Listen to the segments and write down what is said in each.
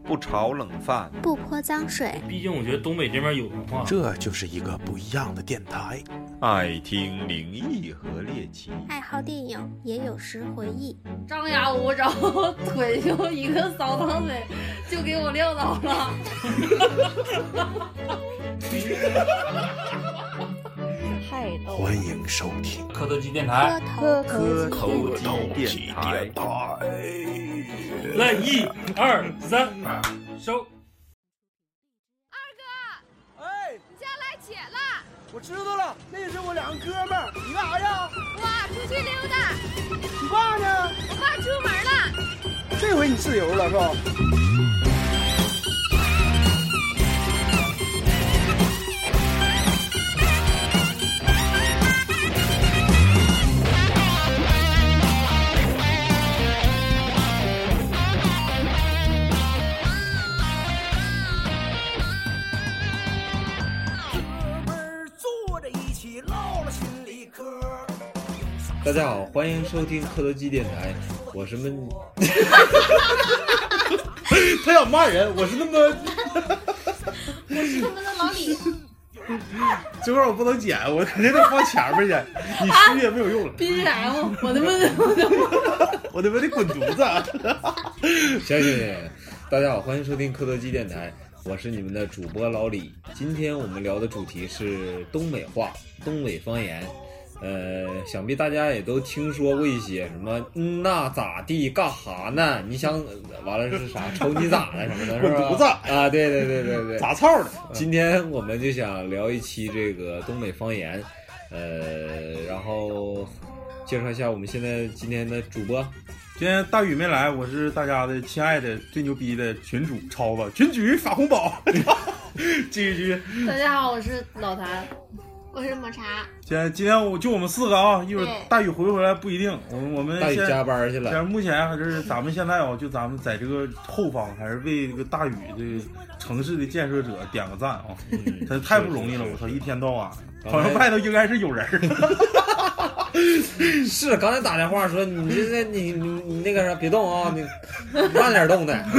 不炒冷饭， 不泼脏水。 毕竟我觉得东北这边有文化， 这就是一个不一样的电台。 爱听灵异和猎奇， 爱好电影，也有时回忆。 张牙舞爪，腿就一个扫堂腿就给我撂倒了。 太逗了！ 欢迎收听磕头机电台， 磕头机电台。 来1、2、3，收。 二哥， 哎， 你家来铁了。 我知道了，那是我两个哥们儿。你干啥呀？ 我出去溜达。 你爸呢？ 我爸出门了。 这回你自由了是吧？ 大家好，欢迎收听磕头机电台，我是闷。 他想骂人，我是那么， 我是他们的老李。 这块我不能剪，我肯定得放前面去，你输也没有用了。 BGM， 我他妈我他妈得滚犊子！ 行，大家好，欢迎收听磕头机电台，我是你们的主播老李。今天我们聊的主题是东北话、东北方言。想必大家也都听说过一些什么那咋地干哈呢？你想完了是啥？瞅你咋的什么的，是吧？ 滚犊子啊！对， 咋操的？ 今天我们就想聊一期这个东北方言，然后介绍一下我们今天的主播。 今天大宇没来，我是大家的亲爱的最牛逼的群主超子，群主发红包，继续。 大家好，我是老谭。 我是抹茶。 今天就我们4个啊，一会儿大宇回来不一定。我们大宇加班去了。 但是目前还是咱们现在啊，就咱们在这个后方，还是为这个大宇这个城市的建设者点个赞啊！他太不容易了，我操，一天到晚，好像外头应该是有人。 是，刚才打电话说你这个你那个啥，别动啊，你慢点动的。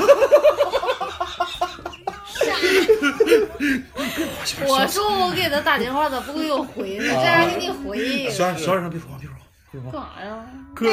我说我给他打电话，咋不给我回呢？这样给你回。 小点声，别说干啥呀？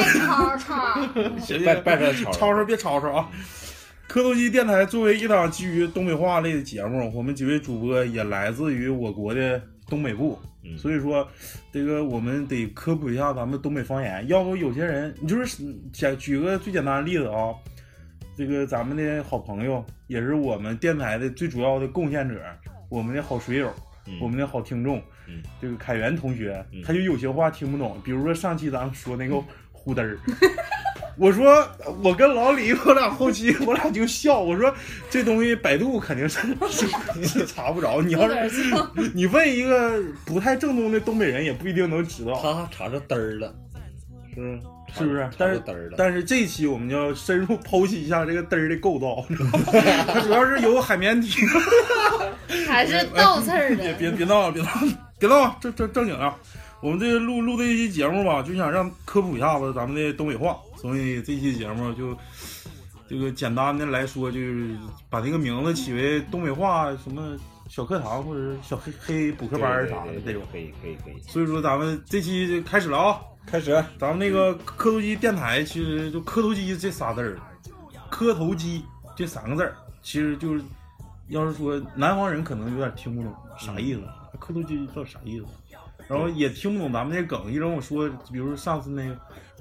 拜吵别吵啊！磕头机电台作为一档基于东北话类的节目，我们几位主播也来自于我国的东北部，所以说这个我们得科普一下咱们东北方言。要不有些人，你就是举个最简单的例子啊，这个咱们的好朋友，也是我们电台的最主要的贡献者，我们的好水友，我们的好听众，这个凯源同学，他就有些话听不懂，比如说上期咱们说那个胡嘚儿，我说我跟老李我俩后期我俩就笑，我说这东西百度肯定是查不着，你要是你问一个不太正宗的东北人也不一定能知道。 他查着嘚儿了， 是不是？但是这一期我们就要深入剖析一下这个嘚儿的构造，它主要是由海绵体， 还是倒刺儿的。 别闹了，正经啊！我们这个录这一期节目吧，就想让科普一下子咱们的东北话，所以这期节目就这个简单的来说，就是把这个名字起为东北话什么小课堂或者小黑补课班啥的这种， 可以。 所以说咱们这期就开始了啊！ 开始， 咱们那个磕头机电台，其实就磕头机这仨字儿，磕头机这3个字儿，其实就是要是说南方人可能有点听不懂啥意思，磕头机到底啥意思，然后也听不懂咱们这梗，一整我说，比如上次那个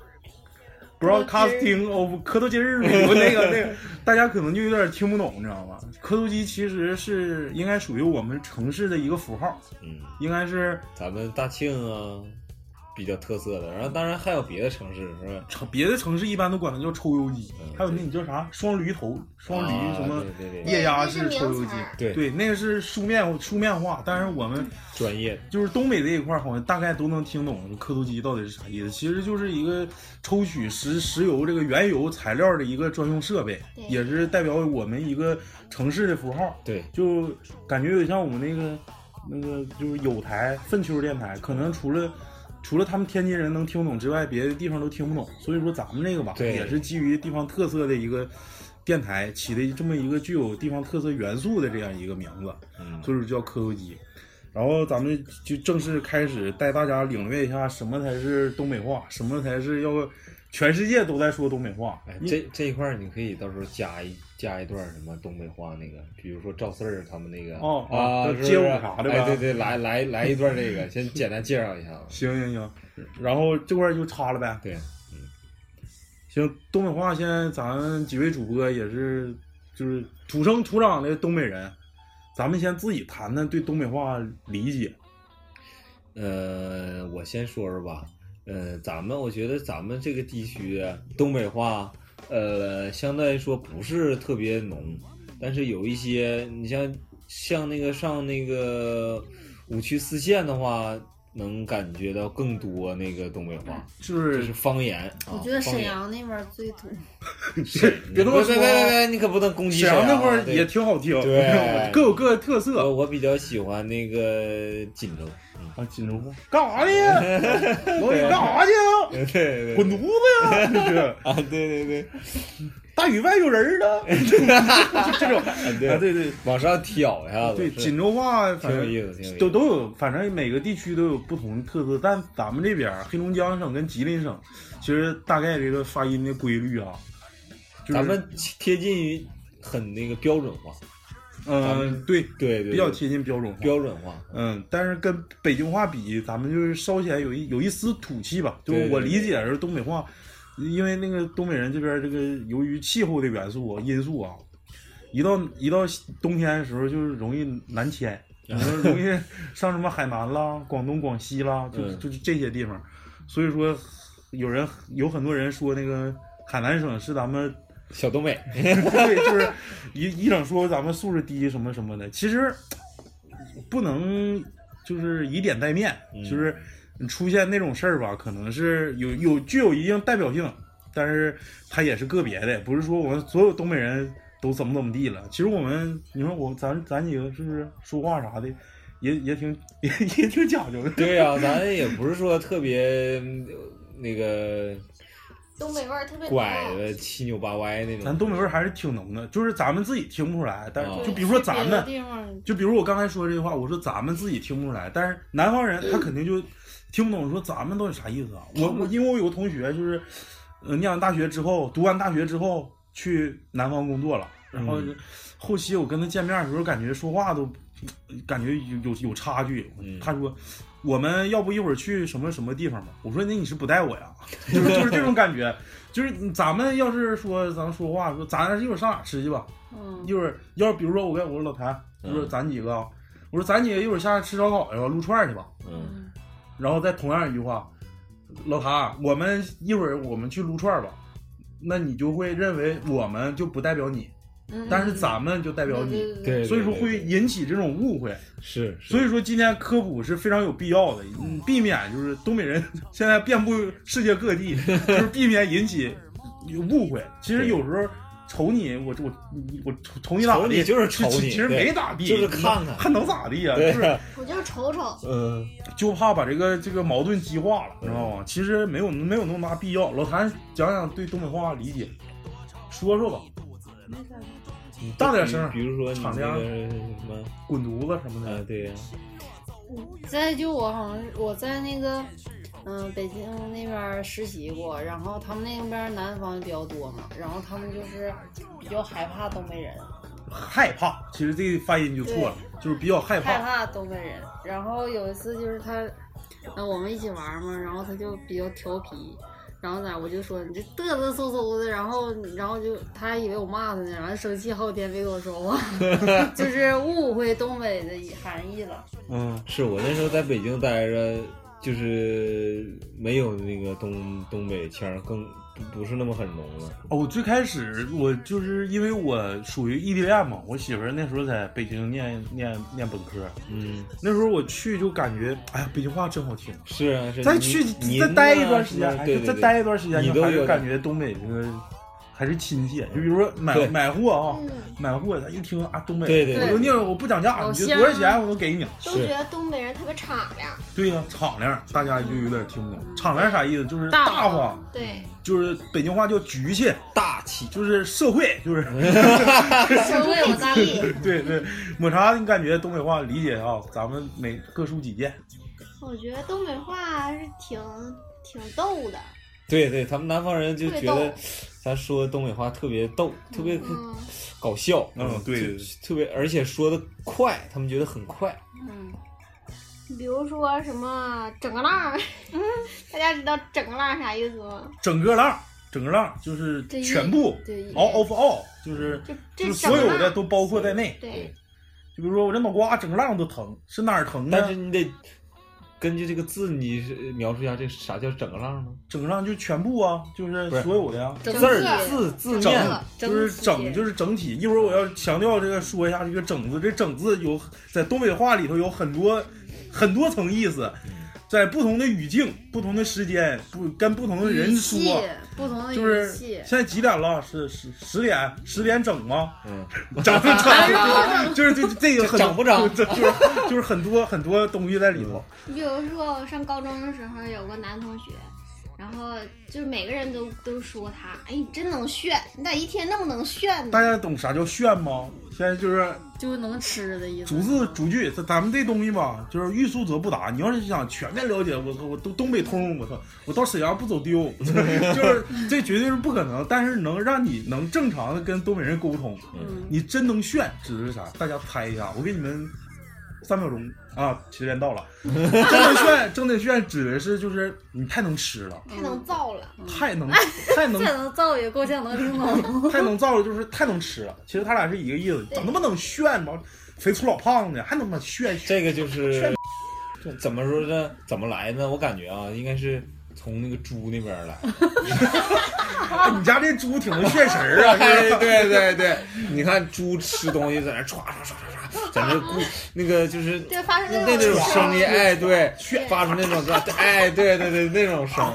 broadcasting of 磕头机儿，那个，大家可能就有点听不懂，你知道吗？磕头机其实是应该属于我们城市的一个符号，应该是咱们大庆啊比较特色的，然后当然还有别的城市是吧？ 别的城市一般都管它叫抽油机，还有那你叫啥双驴头、双驴什么液压式抽油机，对，那个是书面化，但是我们专业就是东北这一块好像大概都能听懂磕头机到底是啥意思。其实就是一个抽取石油这个原油材料的一个专用设备，也是代表我们一个城市的符号。 对， 就感觉有点像我们那个就是有台粪丘电台，可能除了他们天津人能听懂之外，别的地方都听不懂。所以说咱们这个吧，也是基于地方特色的一个电台起的这么一个具有地方特色元素的这样一个名字，所以说叫磕头机。然后咱们就正式开始带大家领略一下什么才是东北话，什么才是要全世界都在说东北话。 这一块你可以到时候加一段什么东北话那个，比如说赵四儿他们那个街舞啥的吧。 对，来一段这个，先简单介绍一下。 行，然后这块就插了呗。 对， 行，东北话现在咱几位主播也是就是土生土长的东北人。咱们先自己谈谈对东北话理解。 我先说说吧。我觉得咱们这个地区的东北话，相对来说不是特别浓，但是有一些，你像那个上那个5区4县的话，能感觉到更多那个东北话，就是方言。 我觉得沈阳那边最土。 别这么说， 别，你可不能攻击沈阳那块也挺好听， 对， 各有各的特色。 我比较喜欢那个锦州。 锦州话干啥呢？老李干啥去啊？ 对， 滚犊子呀！ 对， 大雨外有人了，这种对， 往上挑一下子。 对，锦州话挺有意思， 都有，反正每个地区都有不同的特色。但咱们这边黑龙江省跟吉林省，其实大概这个发音的规律啊， 咱们贴近于很那个标准化。 对， 比较贴近标准化。但是跟北京话比，咱们就是稍显有一丝土气吧。就我理解是东北话，因为那个东北人这边这个由于气候的因素啊，一到冬天的时候就是容易南迁，容易上什么海南啦、广东、广西啦，就是这些地方。所以说，有很多人说那个海南省是咱们小东北， 对，就是一整说咱们素质低什么什么的，其实不能就是以点带面，就是出现那种事儿吧，可能是具有一定代表性，但是它也是个别的，不是说我们所有东北人都怎么地了。其实你说咱几个是不是说话啥的也挺讲究的？ 对呀，咱也不是说特别那个。 东北味儿特别拐的七扭八歪那种， 咱东北味儿还是挺浓的，就是咱们自己听不出来。但是就比如说咱们，就比如我刚才说这句话，我说咱们自己听不出来，但是南方人他肯定就听不懂，说咱们到底啥意思啊？因为我有个同学就是，念完大学之后，读完大学之后去南方工作了，然后后期我跟他见面的时候，感觉说话都感觉有差距。他说，我们要不一会儿去什么什么地方吧？我说那你是不带我呀？就是这种感觉，就是咱们要是说咱们说话说咱一会儿上哪吃去吧？一会儿要是比如说我说老谭，我说咱几个，我说咱几个一会儿下去吃烧烤去吧，撸串去吧。然后再同样一句话，老谭，我们一会儿我们去撸串吧，那你就会认为我们就不代表你。但是咱们就代表你， 对， 所以说会引起这种误会。 是， 所以说今天科普是非常有必要的，避免就是东北人现在遍布世界各地，就是避免引起误会。其实有时候瞅你，我瞅你咋地， 就是瞅你， 其实没咋地， 就是看看， 还能咋地呀？ 就是我就是瞅瞅， 就怕把这个矛盾激化了，知道吗？其实没有那么大必要。老谭讲讲对东北话理解，说说吧。大点声， 比如说厂家什么滚犊子什么的， 对呀。 再就我在那个北京那边实习过，然后他们那边南方比较多嘛，然后他们就是比较害怕东北人。 害怕，其实这个发音就错了，就是比较害怕东北人。然后有一次就是我们一起玩嘛，然后他就比较调皮。然后我就说你这嘚嘚嗖嗖的，然后就他还以为我骂他呢，然后生气好几天没跟我说话，就是误会东北的含义了。 是我那时候在北京待着，就是没有那个东北腔，更不是那么很浓了。 我最开始我就是因为我属于异地恋嘛，我媳妇儿那时候在北京念本科，那时候我去就感觉，哎呀，北京话真好听。 是啊， 再去再待一段时间， 对， 再待一段时间， 你就还是感觉东北这个还是亲切。就比如说买货啊，买货他一听啊东北， 对， 我说你我不涨价，你多少钱我都给你。 都觉得东北人特别敞亮。 对呀，敞亮，大家就有点听不懂。敞亮啥意思？就是大方。 对。 就是北京话叫局气， 大气， 就是社会，就是社会有大义。 对，抹茶，你感觉东北话理解啊？咱们各抒己见。 我觉得东北话是挺逗的。 对，他们南方人就觉得咱说东北话特别逗，特别搞笑。 对， 特别而且说的快，他们觉得很快。 比如说什么整个浪，大家知道整个浪啥意思吗？ 整个浪就是全部 ，all of all， 就是所有的都包括在内。 对， 就比如说我这脑瓜整个浪都疼，是哪儿疼呢？ 但是你得根据这个字，你描述一下这啥叫整个浪呢？ 整个浪就全部啊，就是所有的呀。 字面就是整就是整体。一会儿我要强调这个说一下这个整字，这整字有在东北话里头有很多层意思，在不同的语境、不同的时间、跟不同的人说， 不同的就是现在几点了？是10点整吗？整就是这个很整不整？ 就是很多东西在里头。 比如说我上高中的时候有个男同学，然后就是每个人都说他，哎，你真能炫，你咋一天那么能炫呢？ 大家懂啥叫炫吗？现在就是能吃的意思。 逐字逐句，咱们这东西吧，就是欲速则不达。你要是想全面了解，我东北通，我到沈阳不走丢，就是这绝对是不可能。但是能让你能正常的跟东北人沟通，你真能炫指的是啥？大家猜一下，我给你们3秒钟啊，时间到了。真的炫指的是就是你太能吃了， 太能造了， 太能造也够呛能听懂。 太能造了就是太能吃了。其实他俩是一个意思，怎么那么能炫吗？肥粗老胖的还能那么炫？ 这个就是怎么说呢？怎么来呢？我感觉啊，应该是从那个猪那边来。 你家这猪挺能炫神儿啊！ 对，你看猪吃东西在那唰，在那那个就是发出那种声音，哎，对，发出那种哎，对那种声。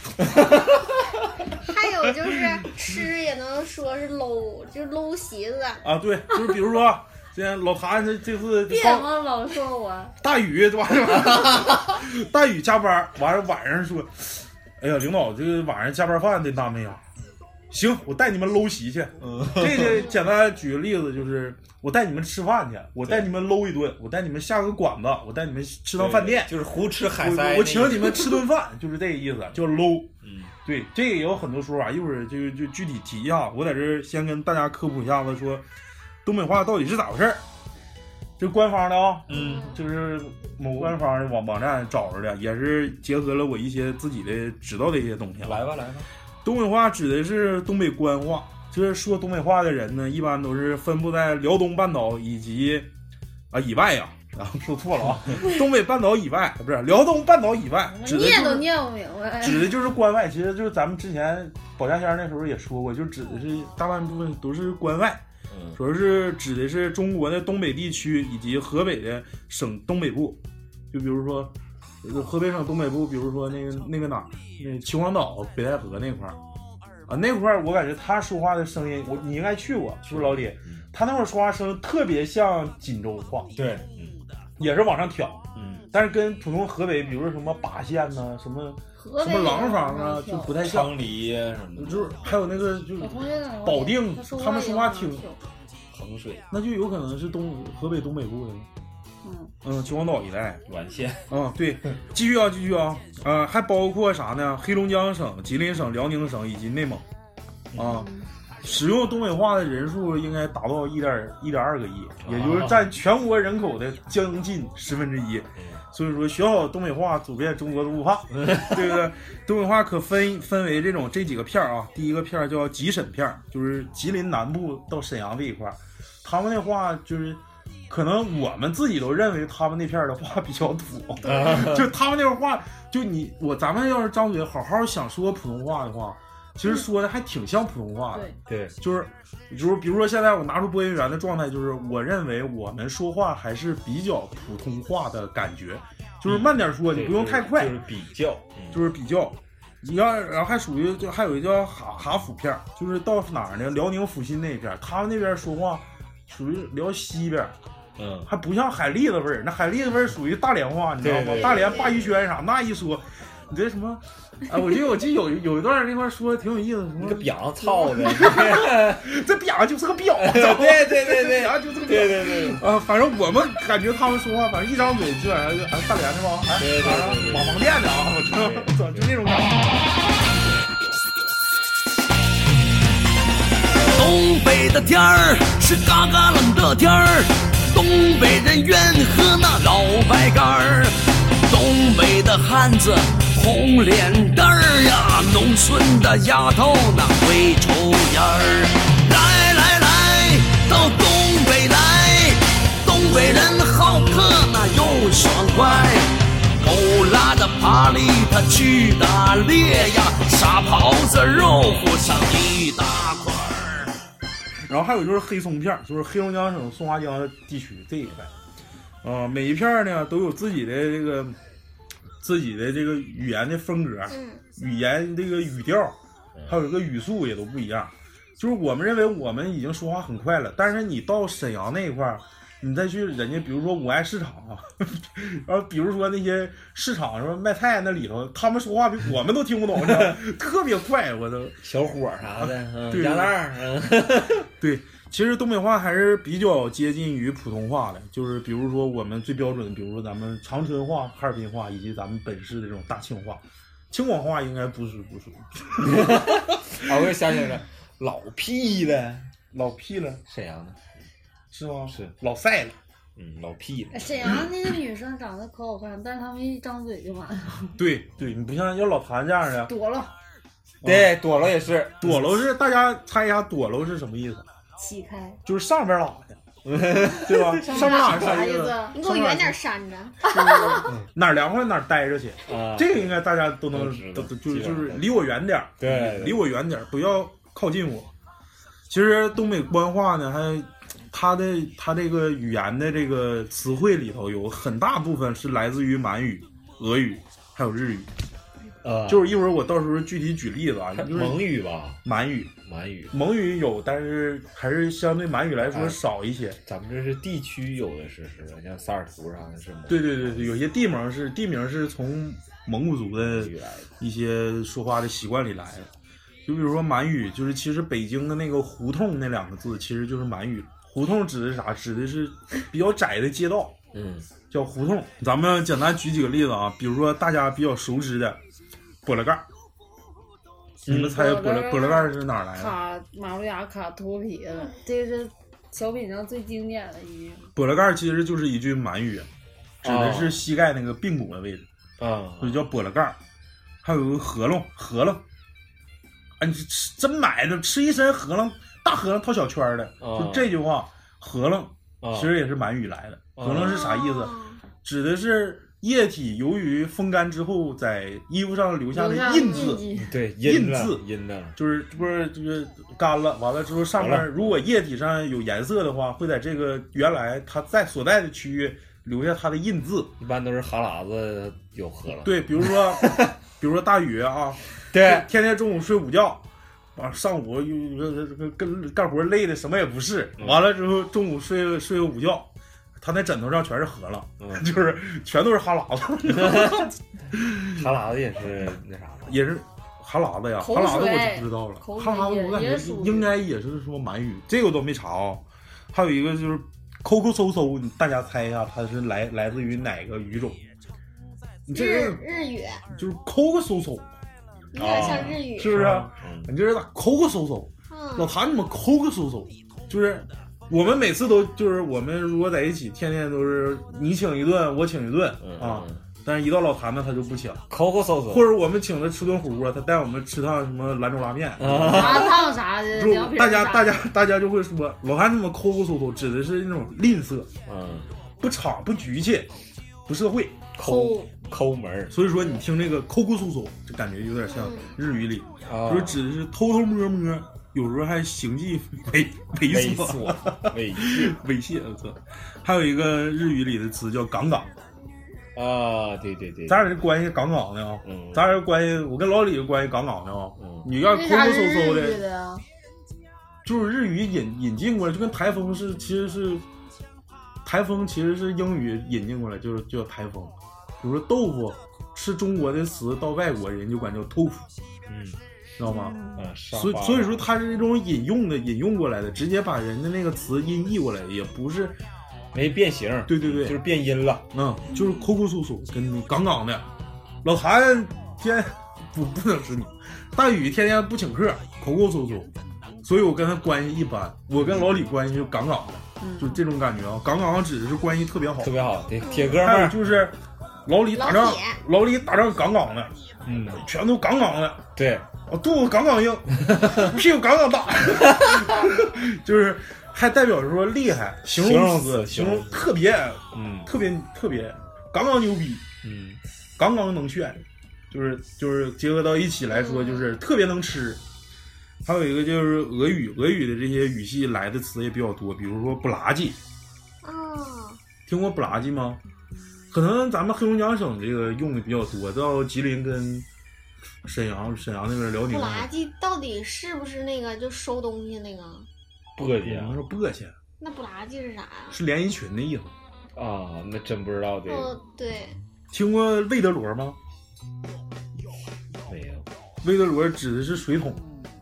还有就是吃也能说是搂，就是搂席子啊，对，就是比如说。现在老谭这次别他老说我大宇完了，大宇加班完了晚上说，哎呀领导这个晚上加班饭得安排呀。行，我带你们搂席去。这个简单举个例子，就是我带你们吃饭去，我带你们搂一顿，我带你们下个馆子，我带你们吃趟饭店， 就是胡吃海塞。 我请你们吃顿饭，就是这个意思，叫搂。对，这个也有很多说法，一会儿就具体提一下。我在这先跟大家科普一下子，说东北话到底是咋回事？这官方的啊，就是某官方的网站找着的，也是结合了我一些自己的知道的一些东西。 来吧。 东北话指的是东北官话，就是说东北话的人呢，一般都是分布在辽东半岛以及以外呀。然后说错了啊，东北半岛以外不是辽东半岛以外， 念都念不明白， 指的就是关外。其实就是咱们之前保家仙那时候也说过，就指的是大半部分都是关外。主要是指的是中国的东北地区以及河北的省东北部，就比如说河北省东北部，比如说那个哪儿，那秦皇岛、北戴河那块儿啊，那块儿我感觉他说话的声音，你应该去过，是不是老李？他那会儿说话声音特别像锦州话， 对， 也是往上挑，但是跟普通河北，比如说什么八县呐、什么廊坊啊，就不太像。 昌黎啊什么的， 就是还有那个就是保定，他们说话挺衡水， 那就有可能是河北东北部的。秦皇岛一带宛县。 对，继续啊，还包括啥呢？黑龙江省、吉林省、辽宁省以及内蒙啊。使用东北话的人数应该达到1.2个亿，也就是占全国人口的将近1/10。所以说学好东北话走遍中国都不怕，对不对？东北话可分为这几个片啊。第一个片叫吉沈片，就是吉林南部到沈阳这一块，他们那话就是可能我们自己都认为他们那片的话比较土，就他们那话，就咱们要是张嘴好好想说普通话的话，其实说的还挺像普通话的。 对， 就是比如说现在我拿出播音员的状态，就是我认为我们说话还是比较普通话的感觉，就是慢点说，你不用太快， 就是比较， 就是比较。 然后还属于就还有一个叫哈府片，就是到哪儿呢？辽宁阜新那一片，他们那边说话属于辽西边，还不像海蛎子味儿，那海蛎子味儿属于大连话，你知道吗？大连鲅鱼轩啥那一说，你这什么？啊，我记得有一段那块说的挺有意思，什么个表操的， 这表就是个表， 对， 然后就是个表， 对， 反正我们感觉他们说话，反正一张嘴基本上就大连的吧，网店的啊，我知道，就那种感觉。 东北的天儿是嘎嘎冷的天儿，东北人愿喝那老白干儿，东北的汉子红脸蛋儿呀，农村的丫头那会抽烟儿。来，到东北来，东北人好客那又爽快，欧拉的爬犁他去打猎呀，沙狍子肉乎上一大块。 然后还有就是黑松片，就是黑龙江省松花江地区这一带，每一片呢都有自己的这个语言的风格，语言这个语调，还有一个语速也都不一样。就是我们认为我们已经说话很快了，但是你到沈阳那一块儿，你再去人家比如说五爱市场啊，然后比如说那些市场什么卖菜那里头，他们说话比我们都听不懂，特别快，我都小伙啥的， 对鸭蛋对。其实东北话还是比较接近于普通话的，就是比如说我们最标准的，比如说咱们长春话、哈尔滨话以及咱们本市的这种大庆话，青广话应该不属于。 啊，我又想起来了，老屁了， 沈阳的，是吗？ 是老晒了， 老屁了。 沈阳那个女生长得可好看，但是她们一张嘴就完了。 对，你不像要老谭这样的。 躲了。 对，躲了也是， 躲了是大家猜一下，躲了是什么意思？ 起开， 就是上边拉的，对吧？上边拉是啥意思？ 你给我远点扇着， 哪儿凉快哪儿待着去。这个应该大家都能，就是离我远点， 对， 离我远点，不要靠近我。其实东北官话呢，它这个语言的这个词汇里头有很大部分是来自于满语、俄语还有日语。就是一会儿我到时候具体举例子啊，就是蒙语吧， 满语蒙语有，但是还是相对满语来说少一些。 咱们这是地区有的是像萨尔图上的是蒙。 对，有些地名是从蒙古族的一些说话的习惯里来的。就比如说满语，就是其实北京的那个胡同那两个字其实就是满语。胡同指的是啥？指的是比较窄的街道，叫胡同。咱们简单举几个例子啊，比如说大家比较熟知的波拉盖，你们猜波拉盖是哪儿来的？ 卡马路牙卡脱皮了，这是小品上最经典的一句。 波拉盖其实就是一句满语，指的是膝盖那个髌骨的位置所以叫波拉盖。还有个合楞，你真买的吃一身合楞，大合楞套小圈的，就这句话合楞其实也是满语来的。合楞是啥意思？指的是液体由于风干之后在衣服上留下的印字， 对， 印字就是不是就是干了，完了之后上面如果液体上有颜色的话，会在这个原来它在所在的区域留下它的印字。 一般都是哈喇子有喝了。 对，比如说大宇啊， 对， 天天中午睡午觉，上午跟干活累的什么也不是，完了之后中午睡个午觉。他那枕头上全是荷了，就是全都是哈喇子。 哈喇子也是那啥吗？ 也是哈喇子呀，哈喇子我就不知道了。哈喇子我感觉应该也是说满语，这个我都没查啊。还有一个就是抠抠搜搜，大家猜一下它是来自于哪个语种？你这个日语， 就是抠个搜搜， 有点像日语， 是不是？你这是咋抠个搜搜？老谭怎么抠个搜搜？就是。我们每次都就是我们如果在一起，天天都是你请一顿，我请一顿但是一到老谭呢，他就不请， 抠抠搜搜。 或者我们请他吃顿火锅，他带我们吃趟什么兰州拉面麻烫啥的， 大家就会说老谭怎么抠抠搜搜，指的是那种吝啬，不敞不局气，不社会， 抠门。 所以说你听这个抠抠搜搜，就感觉有点像日语里，就是指的是偷偷摸摸。有时候还行迹猥亵，我操！还有一个日语里的词叫“杠杠”， 啊，对对对， 咱俩这关系杠杠的啊，咱俩这关系，我跟老李的关系杠杠的啊，你要抠抠搜搜的，就是日语引进过来，就跟台风是，其实是台风其实是英语引进过来，就是叫台风。比如说豆腐是中国的词，到外国人就管叫豆腐，知道吗？所以说它是这种引用过来的，直接把人的那个词音译过来，也不是没变形。 对对对， 就是变音了。 就是抠抠搜搜，跟你杠杠的。老谭天不能是你，大宇天天不请客，抠抠搜搜，所以我跟他关系一般。我跟老李关系就杠杠的，就这种感觉啊。杠杠指的是关系特别好， 特别好，对，铁哥们儿。 就是老李打仗杠杠的，全都杠杠的。 对， 我肚子杠杠硬，屁股杠杠大，就是还代表说厉害，形容词，形容特别，特别杠杠牛逼，杠杠能炫，就是结合到一起来说，就是特别能吃。还有一个就是俄语的这些语系来的词也比较多，比如说不拉几。听过不拉几吗？可能咱们黑龙江省这个用的比较多，到吉林跟沈阳那边辽宁。 不拉几到底是不是那个就收东西那个？ 簸箕啊， 说簸箕。 那不拉几是啥呀？ 是连衣裙的意思。 啊，那真不知道这个。 对。 听过魏德罗吗？ 没有。 魏德罗指的是水桶。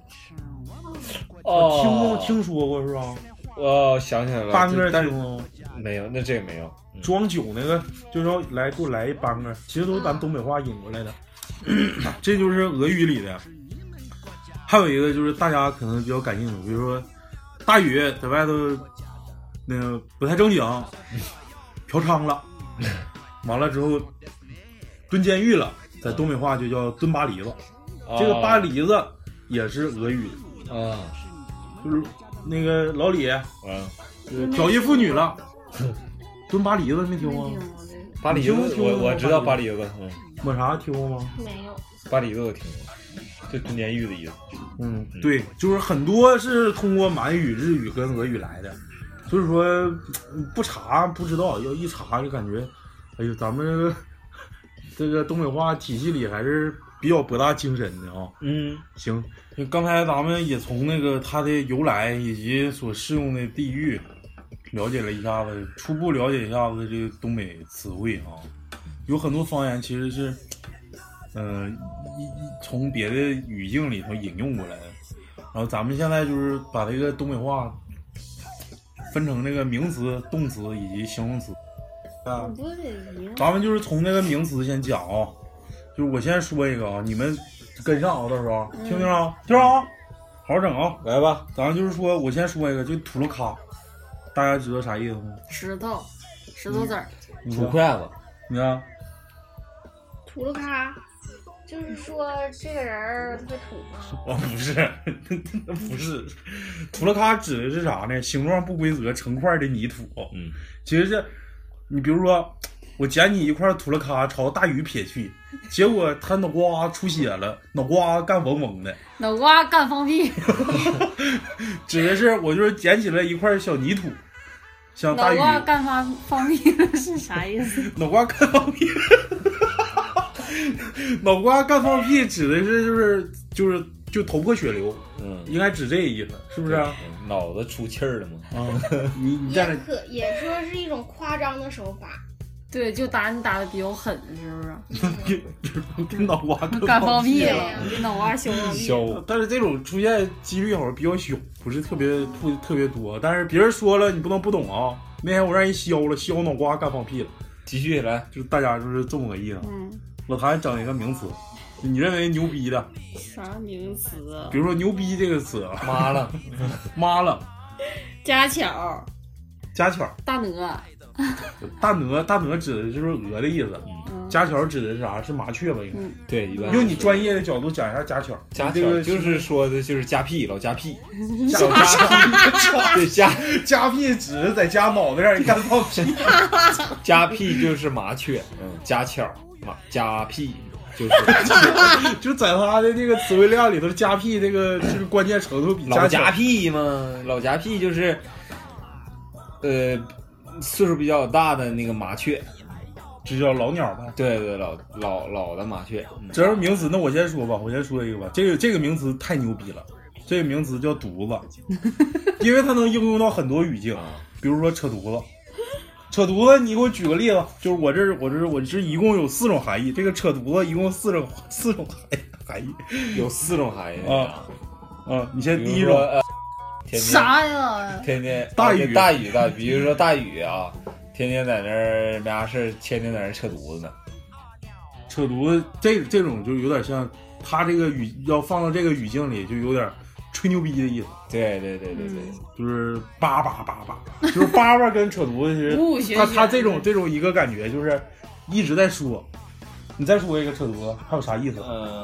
听说过是吧？ 想起来了。 班哥听过吗？ 没有，那这个没有。 装酒那个就是说给我来一班哥，其实都是咱东北话引过来的。这就是俄语里的。还有一个就是大家可能比较感兴趣，比如说大宇在外头那个不太正经，嫖娼了，完了之后蹲监狱了，在东北话就叫蹲巴黎子。这个巴黎子也是俄语啊， 就是那个老李挑衅妇女了。蹲巴黎子没听过吗？ 巴黎子我知道巴黎子， 抹茶听过吗？ 没有。 巴黎子我听过，就蹲监狱的意思。 对，就是很多是通过满语、日语跟俄语来的，所以说不查不知道，要一查就感觉，哎呦，咱们这个东北话体系里还是比较博大精深的啊。行，刚才咱们也从那个它的由来以及所适用的地域。了解了一下子，初步了解一下子这个东北词汇啊，有很多方言其实是，从别的语境里头引用过来的。然后咱们现在就是把这个东北话分成这个名词、动词以及形容词。咱们就是从那个名词先讲啊，就是我先说一个啊，你们跟上啊，到时候听听啊，听啊，好好整啊，来吧。咱就是说我先说一个，就土了咖。大家知道啥意思吗？ 石头子儿， 土筷子。 你看， 土了咖，就是说这个人特别土吗？ 不是，不是，土了咖指的是啥呢？形状不规则、成块的泥土。其实是，你比如说，我捡你一块土了咖朝大雨撇去，结果他脑瓜出血了，脑瓜干嗡嗡的。 脑瓜干放屁。 指的是我就是捡起来一块小泥土。像大鱼脑瓜干放屁了是啥意思？ 脑瓜干放屁，脑瓜干放屁指的是就头破血流，应该指这意思，是不是？ 脑子出气儿了吗？ 你也说是一种夸张的手法。 对，就打你打的比较狠，是不是？跟脑瓜干放屁了，跟脑瓜削放屁。 但是这种出现几率好像比较小，不是特别多。但是别人说了，你不能不懂啊。那天我让人削脑瓜干放屁了。 继续来， 就是大家就是这么个意思。老谭整一个名词，你认为牛逼的啥名词啊？ 比如说牛逼这个词， 妈了， 家巧，大鹅。 大鹅指的就是鹅的意思，家巧指的是啥？是麻雀吧？应该对， 用你专业的角度讲一下家巧。 家巧就是说的就是家屁，老家屁， 对家屁指的在家脑袋上干放屁， 家屁就是麻雀，家巧家屁就是就在他的这个词汇量里头，家屁这个关键程度比老家屁嘛，老家屁就是岁数比较大的那个麻雀， 就叫老鸟呗。 对对，老的麻雀。 这是名词，那我先说吧，我先说一个吧。这个名词太牛逼了，这个名词叫犊子，因为它能应用到很多语境，比如说扯犊子。扯犊子，你给我举个例子，就是我这一共有4种含义，这个扯犊子一共四种含义， 有4种含义啊，你先第一种。 啥呀？ 天天大雨， 比如说大雨啊，天天在那儿没啥事，天天在那儿扯犊子呢。 扯犊子这种就有点像他这个语要放到这个语境里，就有点吹牛逼的意思。 对， 就是叭叭叭叭，就是叭叭跟扯犊子其实他这种一个感觉就是一直在说。你再说一个扯犊子还有啥意思？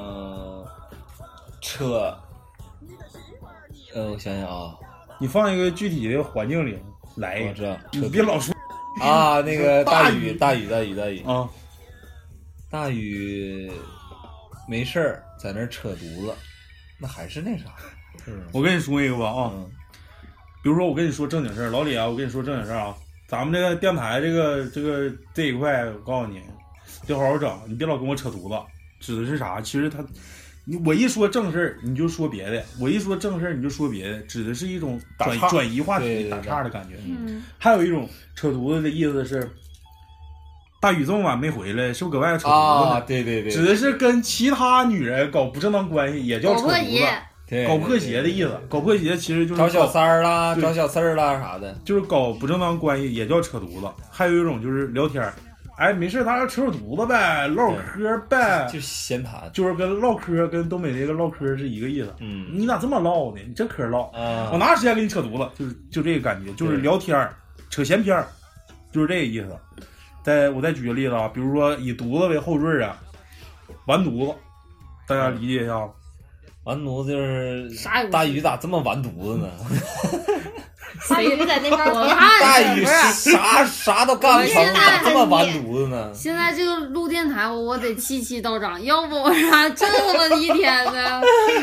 扯。我想想啊， 你放一个具体的环境里来一个， 我知道， 你别老说啊，那个大雨啊， 大雨没事儿在那扯犊子，那还是那啥。 我跟你说一个吧啊，比如说我跟你说正经事儿，老李啊，我跟你说正经事儿啊，咱们这个电台这一块，我告诉你，得好好整，你别老跟我扯犊子，指的是啥？其实我一说正事儿你就说别的，我一说正事儿你就说别的，指的是一种转移话题、打岔的感觉。还有一种扯犊子的意思是，大雨这么晚没回来，是不是搁外头扯犊子呢？ 对， 指的是跟其他女人搞不正当关系，也叫扯犊子。搞破鞋的意思，搞破鞋其实就是找小三儿啦、找小四儿啦啥的， 就是搞不正当关系，也叫扯犊子。还有一种就是聊天，哎，没事，大家扯扯犊子呗，唠嗑呗， 就是闲谈， 就是跟唠嗑，跟东北这个唠嗑是一个意思。你咋这么唠呢？你这嗑唠，我哪有时间给你扯犊子？就这个感觉，就是聊天，扯闲篇，就是这个意思。我再举个例子啊，比如说以犊子为后缀啊，完犊子，大家理解一下。 完犊子就是大雨咋这么完犊子呢？ 大雨在那边大雨啥都干不成，咋这么完犊子呢？ 现在这个录电台我得气道长，要不我啥这么一天呢？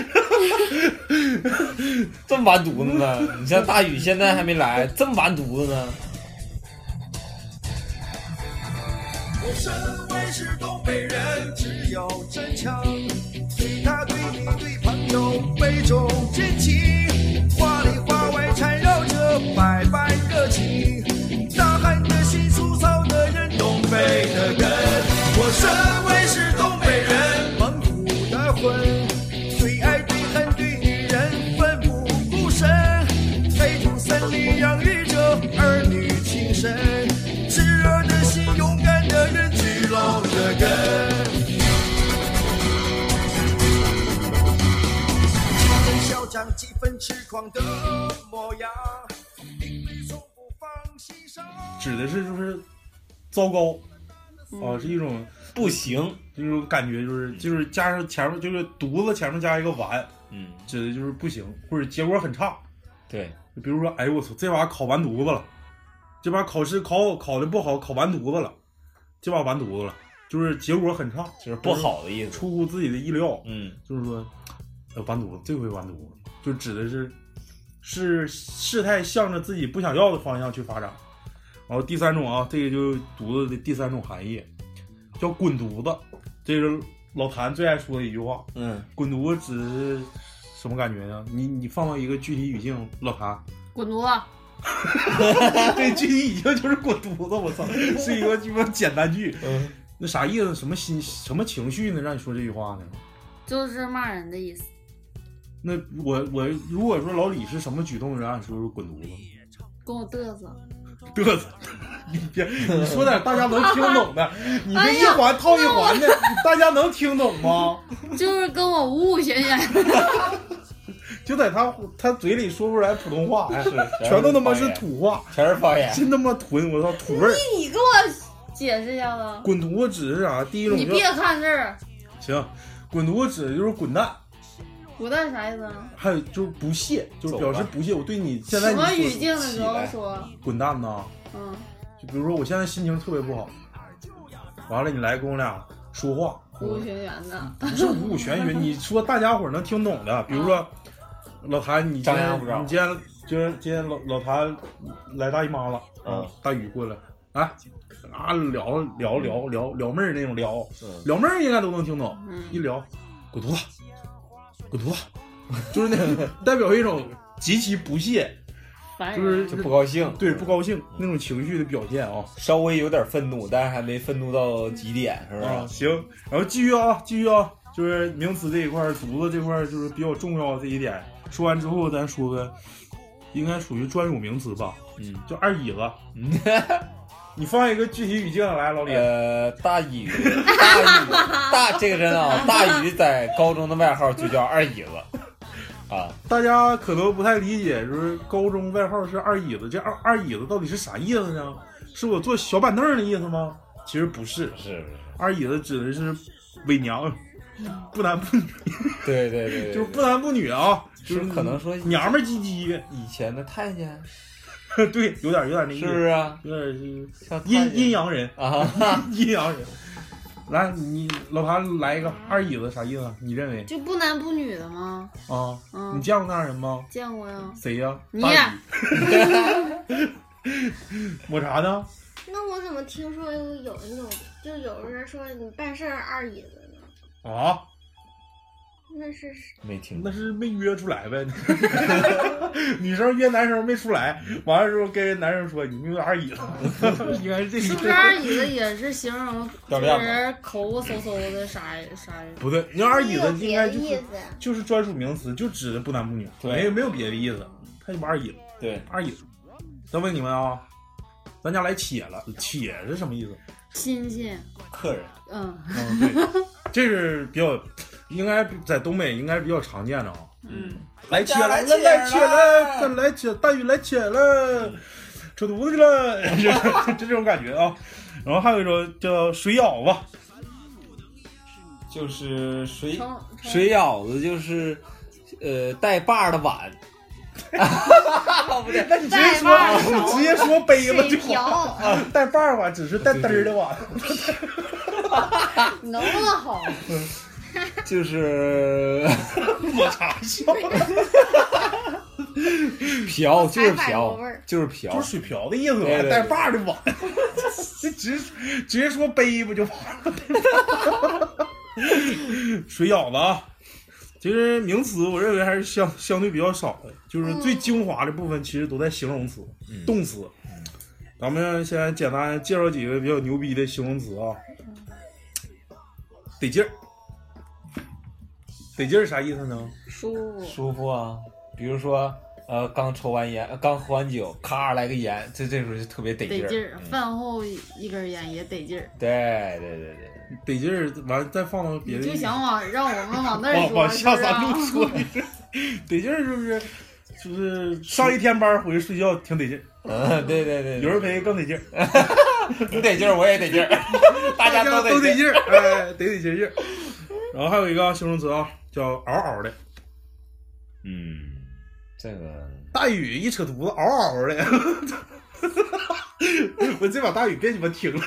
这么完犊子呢？你像大雨现在还没来，这么完犊子呢？ 我身为是东北人，只有真诚，对他对你对朋友杯中真情，话里话外缠绕着百般热情，大汉的心粗糙的人，东北的根。我身为是东北人，蒙古的魂，对爱对恨对女人奋不顾身，黑土森林养育着儿女情深，炽热的心勇敢的人，聚拢的根。嚣张几分痴狂的模样，从不放心上。 指的是就是糟糕是一种不行， 这种感觉就是加上前面就是犊子前面加一个完，指的就是不行或者结果很差。 对， 比如说哎呦我操，这把考完犊子了，这把考试考的不好，考完犊子了，这把完犊子了，就是结果很差， 就是不好的意思， 出乎自己的意料。就是说完犊子，这回完犊子，就指的是事态向着自己不想要的方向去发展。然后第三种啊，这个就犊子的第三种含义叫滚犊子，这是老谭最爱说的一句话。滚犊子指的是什么感觉呢？你放到一个具体语境，老谭滚犊子。 对，具体语境就是滚犊子，我操，是一个基本简单句。那啥意思？什么情绪呢？让你说这句话呢？ 就是骂人的意思。 那我如果说老李是什么举动让你说是滚犊子？ 跟我嘚瑟。 你说点大家能听懂的，你这一环套一环的，大家能听懂吗？ 就是跟我无玄玄就在他嘴里说不出来普通话，全都他妈是土话， 全是方言， 真他妈囤，我操，土味儿。 你给我解释一下子。 滚犊子指的是啥？第一种你别看这儿。 行，滚犊子指的就是滚蛋。 滚蛋啥意思啊？ 还有就是不屑，就是表示不屑。我对你现在什么语境的时候说滚蛋呢？就比如说我现在心情特别不好，完了你来跟我俩说话， 五五玄玄的， 不是五五玄玄，你说大家伙能听懂的，比如说老谭，你今天老谭来大姨妈了大雨过来， 啊聊妹儿那种聊妹儿应该都能听懂。一聊滚犊子，就是那个代表一种极其不屑，就是不高兴， 对不高兴那种情绪的表现啊， 稍微有点愤怒，但是还没愤怒到极点，是不是？ 行，然后继续啊，就是名词这一块，犊子这块就是比较重要的这一点。说完之后，咱说个应该属于专有名词吧，叫二椅子。你放一个具体语境来，老李。 大宇，这个真啊，大宇在高中的外号就叫二椅子。啊， 大家可能不太理解，就是高中外号是二椅子，这二椅子到底是啥意思呢？是我坐小板凳的意思吗？其实不是，二椅子指的是伪娘，不男不女。对，就是不男不女啊，就是可能说娘们唧唧。 以前的太监。 对，有点那意思， 是不是啊？ 有点是阴阳人啊，阴阳人。来，你老谭来一个二椅子啥意思？你认为就不男不女的吗？ 啊，你见过那样人吗？ 见过呀。 谁呀？ 你呀。 抹茶呢？ 那我怎么听说有那种，就有人说你办事二椅子呢？ 啊？ 那是没听， 那是没约出来呗。女生约男生没出来，完了之后跟男生说你没有二椅子，应该是这个。 是不是二椅子也是形容人抠抠搜搜的啥？ 不对，你二椅子应该就是专属名词，就指的不男不女，没有别的意思，他就二椅子。对，二椅子。再问你们啊，咱家来且了，且是什么意思？ 亲戚、 客人。 对，这是比较。应该在东北应该比较常见的啊。来且了，咱来且，大雨来且了，扯犊子去了，就这种感觉啊。然后还有一种叫水舀子， 就是水舀子，就是带把的碗。 不对，那你直接说杯子就好啊。带把碗只是带嘚儿的碗。 能不能好？ 就是抹茶笑， 瓢就是瓢，就是瓢， 就是水瓢的意思吧？带把的碗，这直接说杯不就完了？水舀子啊，其实名词我认为还是相对比较少的，就是最精华的部分其实都在形容词、动词。咱们现在简单介绍几个比较牛逼的形容词啊，得劲儿。得劲儿啥意思呢？ 舒服啊！比如说，刚抽完烟，刚喝完酒，咔来个烟，这时候就特别得劲儿。 饭后一根烟也得劲儿。 对， 得劲儿，完再放到别的。 你就想让我们往那儿说， 往下三路说。得劲儿是不是？就是上一天班回去睡觉挺得劲儿。对， 有人陪更得劲儿。 你得劲儿，我也得劲儿，大家都得劲儿，哎，得劲儿。然后还有一个形容词啊，叫嗷嗷的。 这个大雨一扯犊子，嗷嗷的。我这把大雨别鸡巴停了，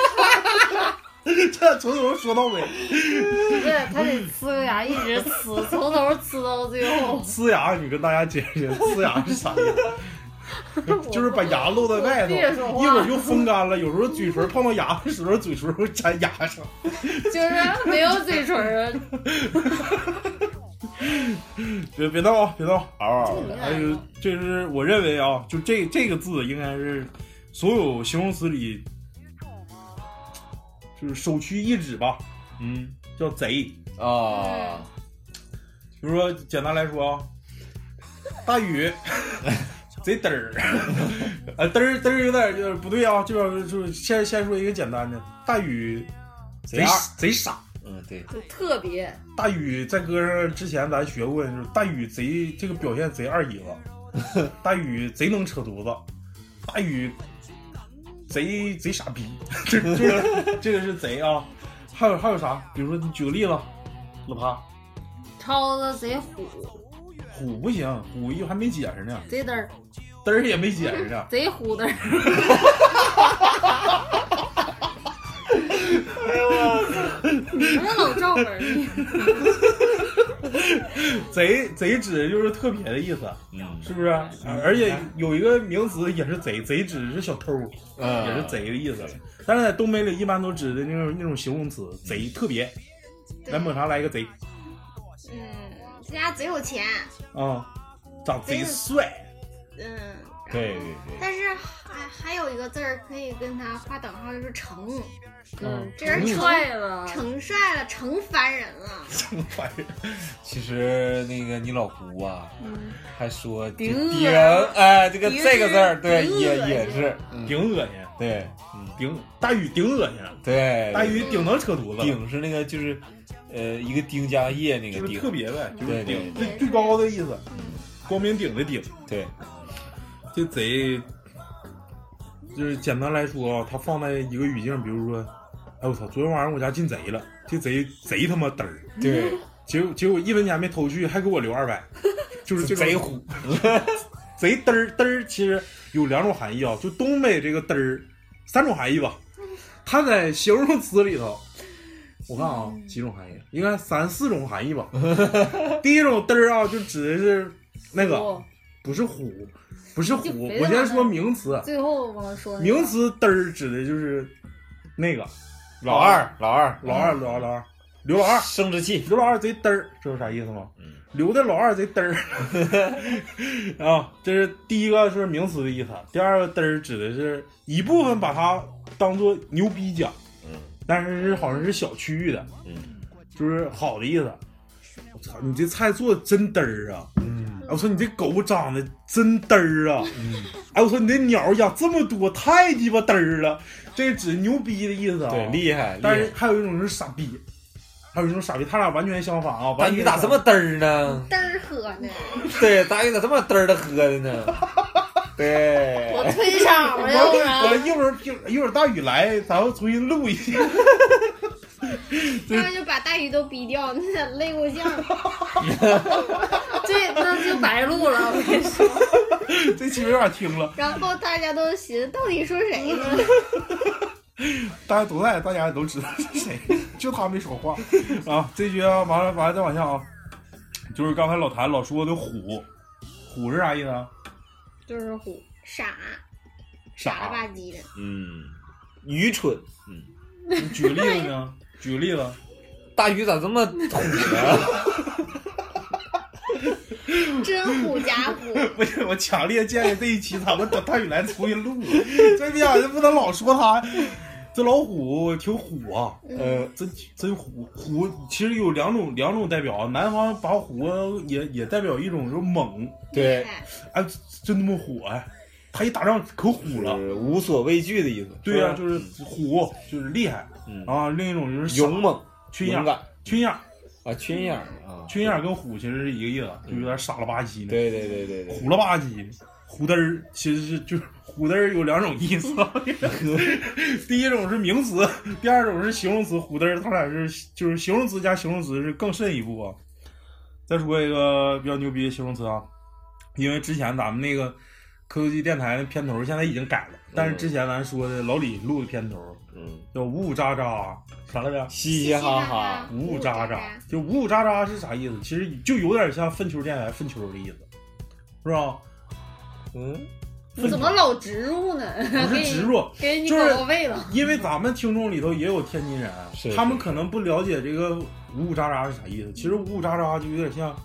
这从头说到尾。 不是，他得呲个牙，一直呲，从头呲到最后。 呲牙，你跟大家解释，呲牙是啥意思？就是把牙露在外头，一会儿就风干了。有时候嘴唇碰到牙的时候，嘴唇会粘牙上。 就是没有嘴唇啊。 别闹啊，别闹！还有，这是我认为啊，就这个字应该是所有形容词里就是首屈一指吧。叫贼啊。 比如说，简单来说啊，大雨。贼嘚儿，嘚儿有点就是不对啊，就是先说一个简单的，大宇贼傻， 对， 就特别。 大宇在歌上之前咱学过，就是大宇贼这个表现贼二椅子，大宇贼能扯犊子，大宇贼傻逼，这个是贼啊。还有啥？比如说你举个例子，老潘， 超子贼虎。 虎不行，虎还没解释呢。 贼嘚儿， 嘚儿也没解释呢。 贼虎嘚儿。 哎呦我操！ 你们老照本儿。 贼指的就是特别的意思，是不是？而且有一个名词也是贼指的是小偷，也是贼的意思。但是在东北里一般都指的那种形容词，贼特别。来抹茶来一个贼。 这家贼有钱啊，长贼帅。 对。 但是还有一个字儿可以跟他划等号，就是成。这人成帅了， 成凡人了， 成凡人。 其实那个你老胡啊，还说顶哎，这个字儿，对，也是顶恶心， 对， 大禹顶恶心， 对， 大禹顶能扯犊子， 顶是那个就是一个丁加业那个就是特别呗，就是顶最高的意思，光明顶的顶， 对， 这贼就是简单来说啊，他放在一个语境，比如说。哎我操！昨天晚上我家进贼了，这贼他妈嘚儿， 对， 结果1分钱没偷去，还给我留200，就是这贼虎， 贼嘚儿。其实有2种含义啊，就东北这个嘚儿3种含义吧。它在形容词里头，我看啊几种含义，应该3、4种含义吧。第一种嘚儿啊，就指的是那个不是虎，我先说名词， 最后我说名词嘚儿指的就是那个。 老二， 刘老二生殖器， 刘老二贼嘚儿，知道啥意思吗？刘的老二贼嘚儿啊，这是第一个是名词的意思。第二个嘚儿指的是一部分把它当做牛逼讲，但是好像是小区域的，就是好的意思。我操，你这菜做的真嘚儿啊！我说你这狗长得真嘚儿啊！哎，我说你这鸟养这么多，太鸡巴嘚儿了。这指牛逼的意思啊， 对，厉害。 但是还有一种是傻逼，他俩完全相反啊。 大鱼咋这么嘚儿呢？ 嘚儿喝呢？ 对，大鱼咋这么嘚儿的喝的呢？对， 我退场了，要不然我一会儿大宇来，咱们重新录一下。 那就把大鱼都逼掉，那累够呛。 那就白录了，我跟你说。 这期没法听了。 然后大家都寻思到底说谁呢？ 大家都在，大家也都知道是谁，就他没说话啊。这局啊，完了再往下啊，就是刚才老谭老说的虎是啥意思啊？ 就是虎， 傻了吧唧的， 愚蠢， 你举个例子呢？举个例子， 大鱼咋这么土呢？ 真虎假虎！ 不是，我强烈建议这一期咱们等大宇来重新录，这逼样不能老说他。这老虎挺虎啊，真虎。虎其实有两种代表，南方把虎也代表一种就是猛， 对， 哎，真那么虎哎，他一打仗可虎了， 无所畏惧的意思。 对呀，就是虎，就是厉害啊。另一种就是勇猛、 群样啊， 群样跟虎其实是一个意思，就有点傻了吧唧的。 对， 虎了吧唧，虎嘚儿其实是就是虎嘚儿有2种意思，第一种是名词，第二种是形容词。虎嘚儿它俩是就是形容词加形容词是更甚一步啊。再说一个比较牛逼的形容词啊，因为之前咱们那个科技电台的片头现在已经改了，但是之前咱说的老李录的片头，叫呜呜喳喳，啥来着？ 嘻嘻哈哈， 呜呜喳喳，就呜呜喳喳是啥意思？其实就有点像粪球电台粪球的意思，是吧？ 你怎么老植入呢？ 不是植入， 给你搞位了。 因为咱们听众里头也有天津人，他们可能不了解这个呜呜喳喳是啥意思。其实呜呜喳喳就有点像，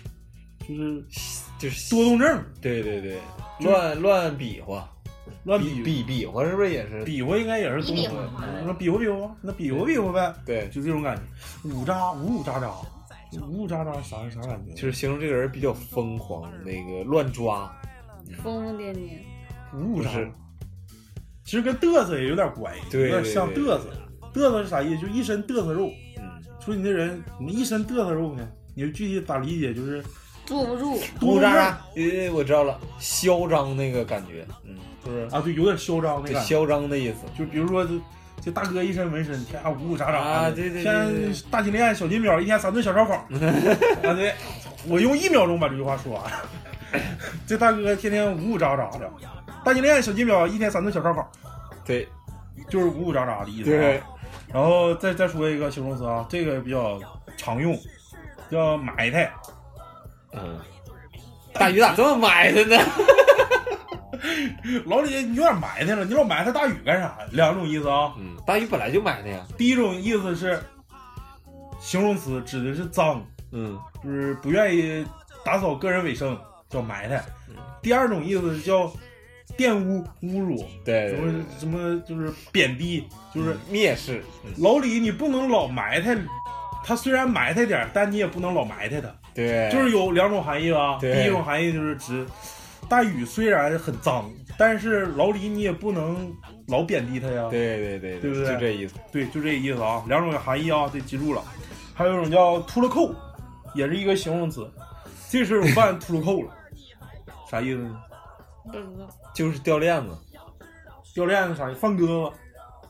就是多动症。 对，乱比划。比划是不是也是？ 比划应该也是动作。那比划，那比划呗。 对， 就这种感觉。呜呜喳喳，呜呜喳喳啥感觉？ 就是形容这个人比较疯狂，那个乱抓， 疯疯癫癫。 呜呜喳，其实跟嘚瑟也有点关系， 对， 有点像嘚瑟。嘚瑟是啥意思？就一身嘚瑟肉。说你这人，你一身嘚瑟肉呢？你具体咋理解？就是坐不住。 呜喳喳，我知道了，嚣张那个感觉，就是啊，对，有点嚣张那个嚣张的意思。 就比如说这大哥一身纹身，天呜呜喳喳啊，对， 天大金链小金表，一天3顿小烧烤啊，对，我用1秒钟把这句话说完。这大哥天天呜呜喳喳的，大金链小金表，一天3顿小烧烤， 对， 就是呜呜喳喳的意思。 对， 然后再说一个形容词啊，这个比较常用， 叫埋汰。 大鱼咋这么埋汰呢？ 老李，你有点埋汰了，你老埋汰大禹干啥？两种意思啊。 大禹本来就埋汰呀。 第一种意思是形容词，指的是脏，就是不愿意打扫个人卫生，叫埋汰。第二种意思叫玷污、侮辱， 对， 什么就是贬低，就是蔑视。 老李，你不能老埋汰他，虽然埋汰点，但你也不能老埋汰他。 对， 就是有两种含义吧。第一种含义就是指大禹虽然很脏，但是老李你也不能老贬低他呀。 对，对不对？就这意思。 对，就这意思啊，两种含义啊，得记住了。还有一种叫秃了扣，也是一个形容词。这事我办秃了扣了，啥意思呢？ 不知道。 就是掉链子。 掉链子啥意思？放鸽子。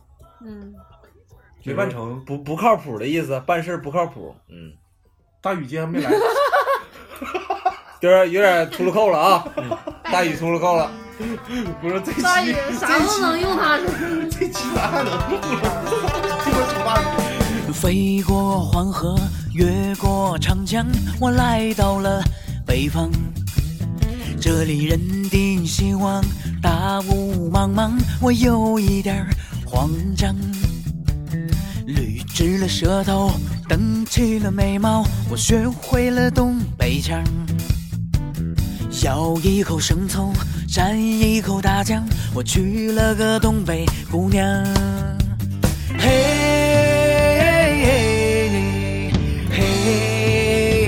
没办成，不靠谱的意思，办事不靠谱。 大禹今天没来。 有点秃噜扣了啊！大禹秃噜扣了。 我说这期大禹啥都能用它。 这期咱还能用了？这么丑大禹。 飞过黄河，越过长江，我来到了北方。这里人丁兴旺，大雾茫茫，我有一点慌张。捋直了舌头，蹬起了眉毛，我学会了东北腔。咬一口生抽，蘸一口大酱，我娶了个东北姑娘。嘿嘿嘿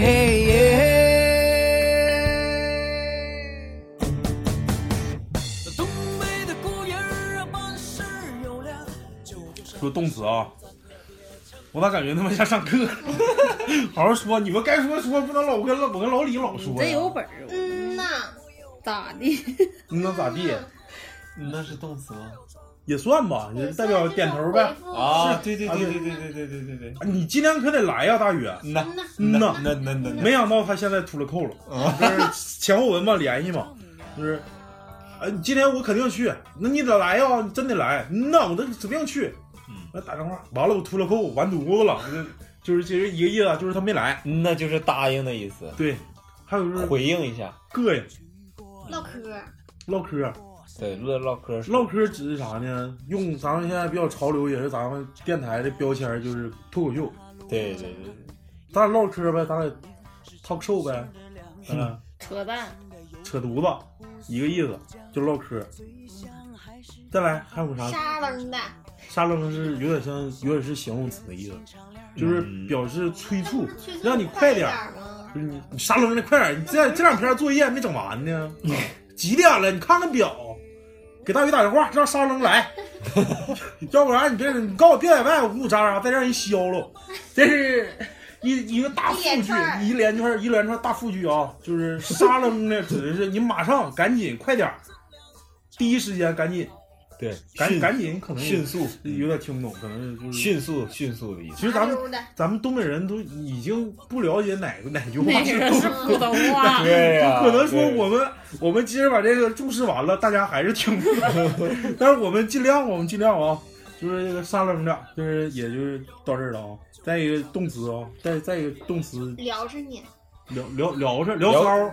嘿，东北的姑爷儿办事有量。 说动词啊，我咋感觉他妈像上课？好好说，你们该说说，不能我跟老李老说。 真有本事。咋地？ 那咋地？ 那是动词吗？ 也算吧，也是代表点头呗。 啊，对， 你今天可得来呀，大宇。那，没想到他现在秃了扣了，就是前后文嘛联系嘛，就是，你今天我肯定去，那你得来呀，你真得来，那我指定去。那打电话完了，我秃了扣，完犊子了，就是其实一个意思，就是他没来， 那就是答应的意思。 对，还有就是回应一下， 膈应。唠嗑， 对，唠嗑。 唠嗑指的啥呢？用咱们现在比较潮流，也是咱们电台的标签，就是脱口秀。 对， 咱俩唠嗑呗，咱俩 talk show 呗， 扯淡， 扯犊子，一个意思，就唠嗑。再来还有啥？ 沙楞的。 沙楞是有点是形容词的意思，就是表示催促，让你快点。就是你沙楞的快点，你这两篇作业没整完呢，几点了？你看看表，给大宇打电话，让沙楞来，要不然你告诉我别在外呜呜喳喳，再让人削了。这是一个大数据，一连串大数据啊，就是沙楞呢，指的是你马上赶紧快点，第一时间赶紧。对，赶紧，可能迅速， 有点听不懂，可能就是迅速的意思。 其实咱们东北人都已经不了解哪句话是普通话， 对呀， 可能说我们即使把这个注释完了，大家还是听不懂，但是我们尽量啊，就是这个沙楞的，就是也就是到这儿了啊。再一个动词啊，再一个动词， 聊着你。 聊骚，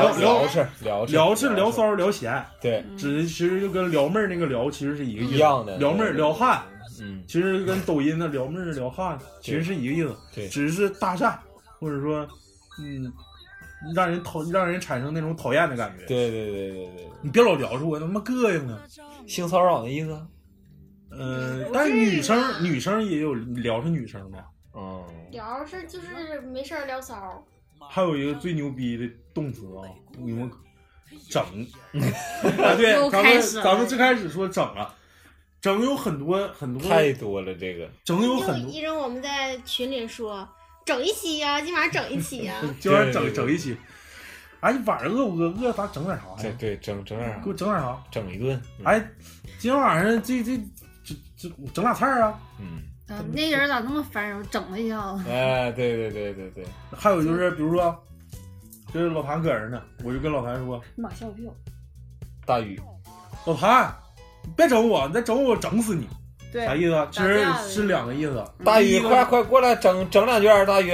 聊骚聊闲， 对， 其实就跟撩妹那个聊其实是一个意思， 一样的， 撩妹撩汉，其实跟抖音的撩妹撩汉其实是一个意思， 对， 只是搭讪或者说让人产生那种讨厌的感觉， 对， 你别老聊着我他妈膈应呢， 性骚扰的意思， 但是女生也有聊着女生的， 聊是就是没事聊骚。 还有一个最牛逼的动词啊，你们整啊，对，咱们最开始说整啊，整有很多太多了，这个整有很多。 一中我们在群里说整一期呀，今晚整一期呀， 今晚整一期。哎，你晚上饿不饿？饿咱整点啥呀？ 对，整点啥？ 给我整点啥？ 整一顿。 哎，今天晚上这整俩菜啊？ 那人咋那么烦人？整了一下子。 哎，对。 还有就是，比如说，就是老谭搁这呢，我就跟老谭说：“ 马笑票。” 大宇， 老谭，别整我，你再整我整死你。 对， 啥意思？其实是两个意思。 大宇，快过来整两卷，大宇。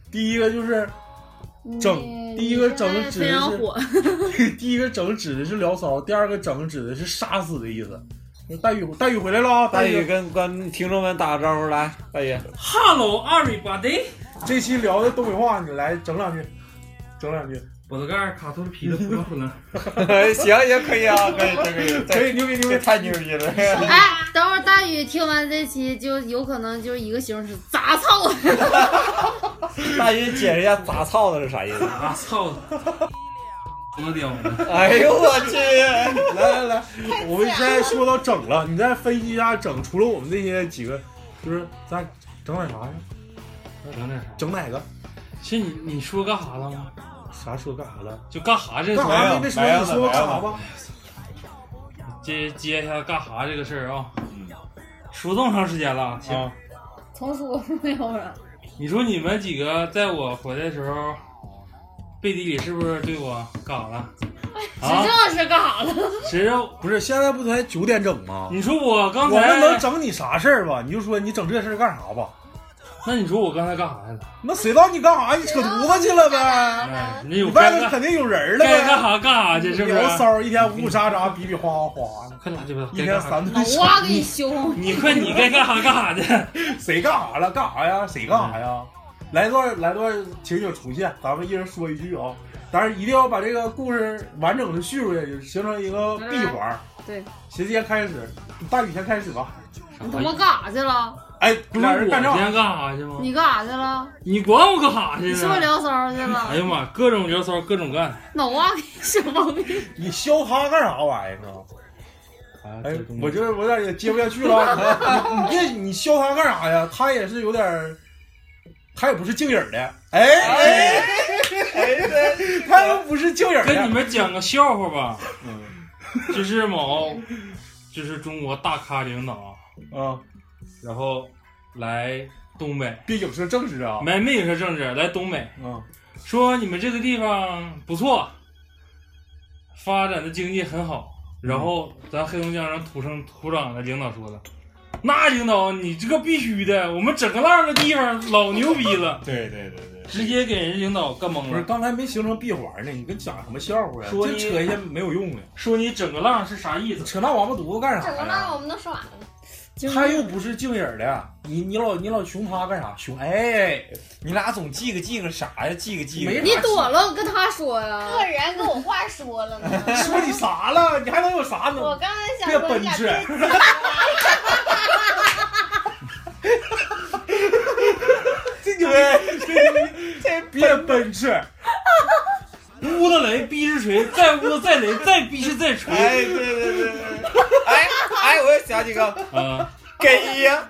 第一个就是整，第一个整指的是第一个整指的是聊骚，第二个整指的是杀死的意思。大宇回来了啊！ 大宇跟听众们打个招呼来，大宇。 Hello everybody， 这期聊的东北话，你来整两句。 脖子盖卡秃噜皮的不要混了。 行也可以啊，可以，牛逼，太牛逼了！ 哎，等会儿大宇听完这期，就有可能就是一个形容词，杂操。 大宇解释一下杂操的是啥意思？ 杂操。多屌！ 哎呦我去！ 来，我们现在说到整了，你再分析一下整，除了我们这些几个，就是咱整点啥呀？整哪个？ 是你说干啥了吗？ 啥说干啥了？ 就干啥这个干啥没说？你说干啥吧？ 接一下干啥这个事儿啊？说这么长时间了，行， 重说没有了。 你说你们几个在我回来的时候，背地里是不是对我干啥了？ 实证是干啥了？ 实证不是，现在不才9点整吗？ 你说我刚才我们能整你啥事儿吧？你就说你整这事儿干啥吧？ 那你说我刚才干啥去了？ 那谁知道你干啥？你扯犊子去了呗？ 你外头肯定有人了呗？ 该干啥干啥去，是不是？ 聊骚一天呜喳喳，比比划划的， 快点去吧！ 一天3顿。 脑瓜给你凶！ 你快，你该干啥干啥去？ 谁干啥了？干啥呀？谁干啥呀？来段情景重现，咱们一人说一句啊。但是一定要把这个故事完整的叙述下去，形成一个闭环。 对， 谁先开始？大宇先开始吧。 你他妈干啥去了？ 哎，俩人干仗。 我先干啥去吗？ 你干啥去了？ 你管我干啥去呢？ 你是不是聊骚去了？ 哎呀妈，各种聊骚，各种干。 脑瓜给你生毛病。 你削他干啥玩意儿啊？哎，我这我有点也接不下去了。你削他干啥呀？他也是有点，他也不是静影的。哎，他又不是静影的。 跟你们讲个笑话吧。就是就是中国大咖领导啊， 然后来东北， 别影射政治啊， 没影射政治，来东北，说你们这个地方不错，发展的经济很好。然后咱黑龙江省土长的领导说了，那领导你这个必须的，我们整个浪的地方老牛逼了。 对， 直接给人领导干懵了。 不是，刚才没形成闭环呢，你跟讲什么笑话呀？ 说就扯一些没有用的。 说你整个浪是啥意思？ 扯那王八犊子干啥呀？ 整个浪我们都说完了。 他又不是静影的，你老熊他干啥？熊哎， 你俩总记个啥呀？记个。 你躲了，我跟他说呀。 个人跟我话说了呢。 说你啥了？你还能有啥呢？ 我刚才想说你俩这别奔驰， 屋子雷必是锤，再屋子再雷，再必是再锤。 哎，对，哎，我又想起个给呀，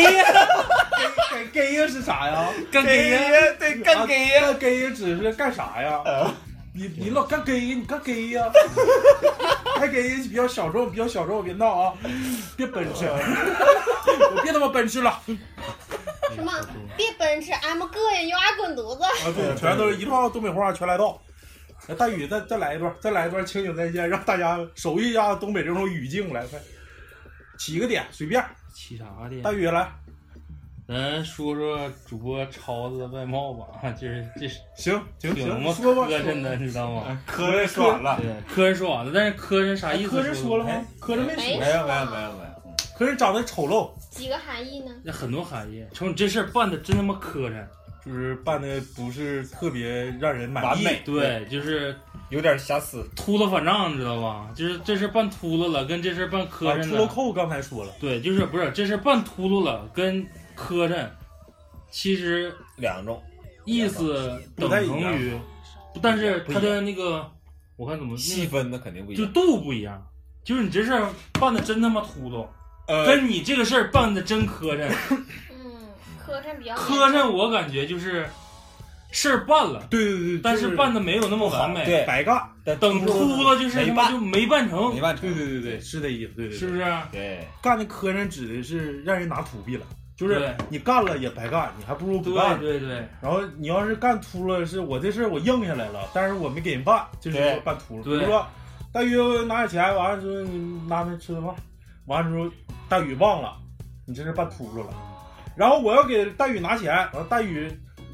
给呀是啥呀？ 干给呀，对，干给呀， 干给呀指是干啥呀？你老干给，你干给呀？还给比较小众，别闹啊！别奔驰，我别他妈奔驰了。 什么？别奔驰，俺们膈应，有俺滚犊子。 啊，对，全都是一套东北话，全来到。大宇再来一段情景再见，让大家熟悉一下东北这种语境来。快起个点，随便起啥点？ 大宇来， 咱说说主播超子的外貌吧，就是这行， 说吧，磕碜的，你知道吗？ 磕碜说完了， 对，磕碜说完了，但是磕碜啥意思？ 磕碜说了吗？磕碜没说， 没有。 磕碜长得丑陋， 几个含义呢？ 那很多含义。瞅你这事儿办的真他妈磕碜， 就是办的不是特别让人满意， 完美， 对，就是有点瑕疵， 秃了反账，你知道吧？就是这事办秃噜了，跟这事办磕碜了。 秃噜扣刚才说了， 对，就是不是这事办秃噜了，跟磕碜其实两种意思等同于，但是它的那个我看怎么细分的肯定不一样， 就度不一样。就是你这事儿办的真他妈秃噜，跟你这个事儿办的真磕碜。 磕碜比较磕碜，我感觉就是事儿办了， 对， 但是办的没有那么完美， 对， 白干。 等秃了就是他妈就没办成， 对，是这意思，对， 是不是？ 对， 干的磕碜指的是让人拿土币了。就是你干了也白干，你还不如不干。 对。 然后你要是干秃了，是我这事我应下来了，但是我没给人办，就是说办秃了。比如说大宇拿点钱，完了说你拿那吃顿饭，完了之后大宇忘了，你这是办秃噜了。然后我要给大宇拿钱，然后大宇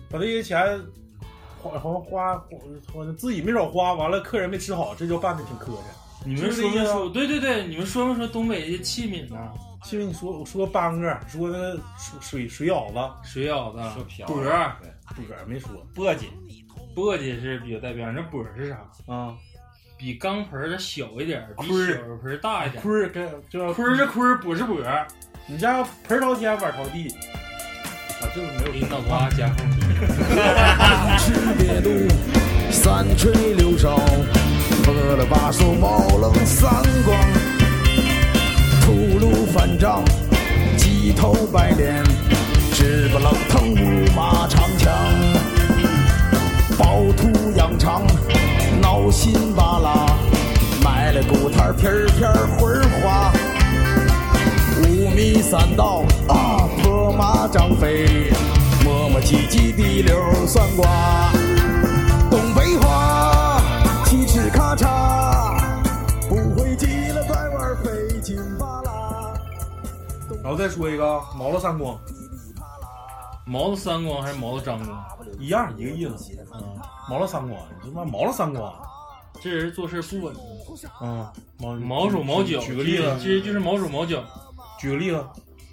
把这些钱花自己没少花，完了客人没吃好，这就办的挺磕碜。 你们说没说？对对对，你们说没说东北的器皿呢？ 器皿我说笆个，说那个水舀子， 说瓢，钵没说， 簸箕是比较代表。那钵是啥啊？ 比钢盆的小一点，比小盆大一点。 坤是坤，钵是钵。 你家盆朝天碗朝地。啊，这个没有领导瓜加缝。 赤别路，三吹六哨，喝了把手冒冷三光，吐露反账，鸡头白脸，直不冷腾五马长枪，暴徒扬长，闹心巴拉，卖了骨摊片片魂花。五迷三道啊，破马张飞，磨磨唧唧地溜酸瓜。东北话七尺咔嚓，不会记了拐弯费劲巴拉。 然后再说一个毛了三光， 毛子三光还是毛子张光？ 一样一个意思。毛了三光，你他妈毛了三光， 这人做事不稳。 毛手毛脚。 举个例子， 其实就是毛手毛脚。 举个例子，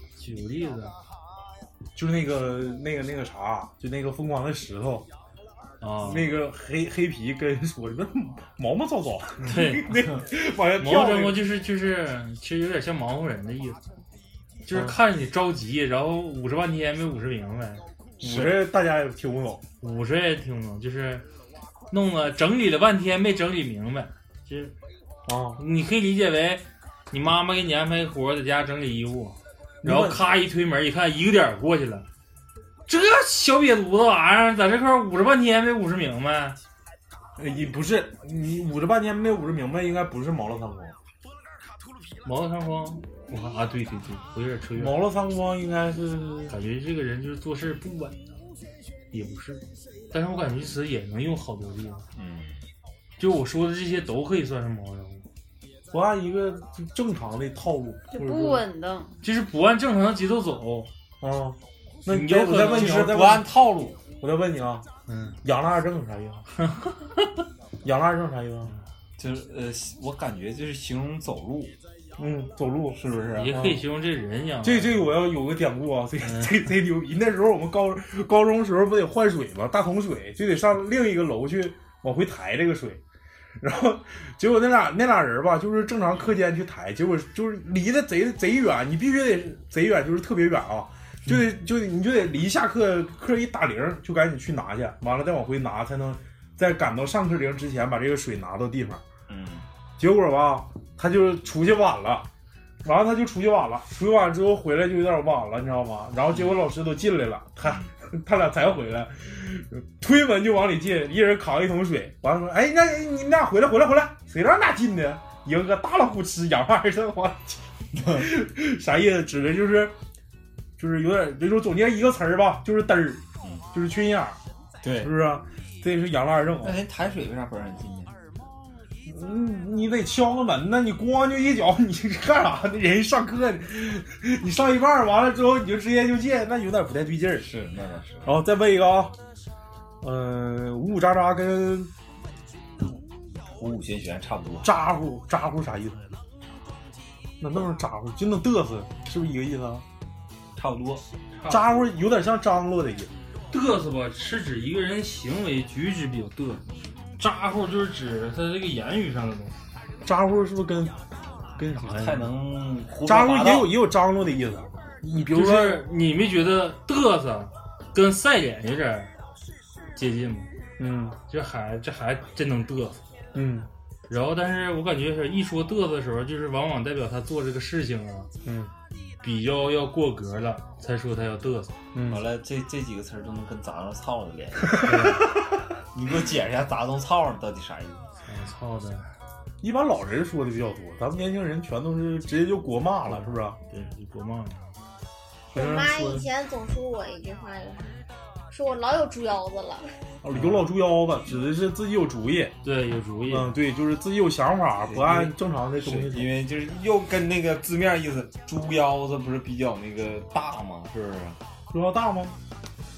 就是那个啥，就那个疯狂的石头啊， 那个黑皮跟人说的毛毛躁躁， 对， 那往下跳。 毛张光就是其实有点像忙活人的意思，就是看着你着急，然后捂着半天没捂着明白， 捂着大家也听不懂， 捂着也听不懂，就是弄了整理了半天没整理明白，就是你可以理解为。你妈妈给你安排活，在家整理衣物，然后咔一推门一看1个点过去了，这小瘪犊子玩意儿在这块捂着半天没捂着明白。 也不是你捂着半天没捂着明白，应该不是毛了三光。 毛了三光，啊对，我有点扯远。 毛了三光应该是感觉这个人就是做事不稳，也不是，但是我感觉这词也能用好多地方。就我说的这些都可以算是毛了。 不按一个正常的套路， 就不稳当， 就是不按正常的节奏走啊。那你我再问你， 不按套路， 我再问你啊，养了二正是啥意思？养了二正啥意思？ 就是我感觉就是形容走路， 走路是不是？ 也可以形容这人养。 这个我要有个典故啊，这牛逼！那时候我们高中时候不得换水吗？大桶水就得上另一个楼去往回抬这个水。然后结果那俩人吧，就是正常课间去抬，结果就是离得贼远，你必须得贼远，就是特别远啊，你就得离下课一打铃就赶紧去拿去，完了再往回拿，才能在赶到上课铃之前把这个水拿到地方。结果吧，他就出去晚了，完了出去晚之后回来就有点晚了，你知道吗？然后结果老师都进来了，他俩才回来，推门就往里进，一人扛一桶水，完了说：“哎，那你们俩回来，谁让你俩进的？一个大老虎吃养二正往里进，啥意思？指的就是有点，比如说总结一个词儿吧，就是嘚儿，就是缺心眼儿， 对， 是不是？这是养了二正。 那人抬水为啥不让人进呢？ 你得敲个门呢，你咣就一脚，你干啥呢？人上课，你上一半完了之后你就直接就进，那有点不太对劲儿。 是，那倒是。 然后再问一个啊，五五喳喳跟虎虎玄玄差不多。 咋呼啥意思？那么咋呼就能嘚瑟，是不是一个意思啊？ 差不多。 咋呼有点像张罗的意思。 嘚瑟吧，是指一个人行为举止比较嘚瑟。咋呼就是指他这个言语上的东西。 咋呼是不是跟啥呀？ 太能咋呼也有张罗的意思。你比如说， 就是你没觉得嘚瑟跟赛脸有点接近吗？这还真能嘚瑟。然后但是我感觉一说嘚瑟的时候，就是往往代表他做这个事情啊，比较要过格了，才说他要嘚瑟。 完了这几个词都能跟杂种操的连系。你给我解释一下杂种操到底啥意思？ 操的， 一般老人说的比较多，咱们年轻人全都是直接就国骂了，是不是？ 对，国骂了。 我妈以前总说我一句话，说我老有猪腰子了。 有老猪腰子指的是自己有主意， 对，有主意。 对，就是自己有想法，不按正常的东西。 因为就是又跟那个字面意思，猪腰子不是比较那个大吗？是不是？ 猪腰大吗？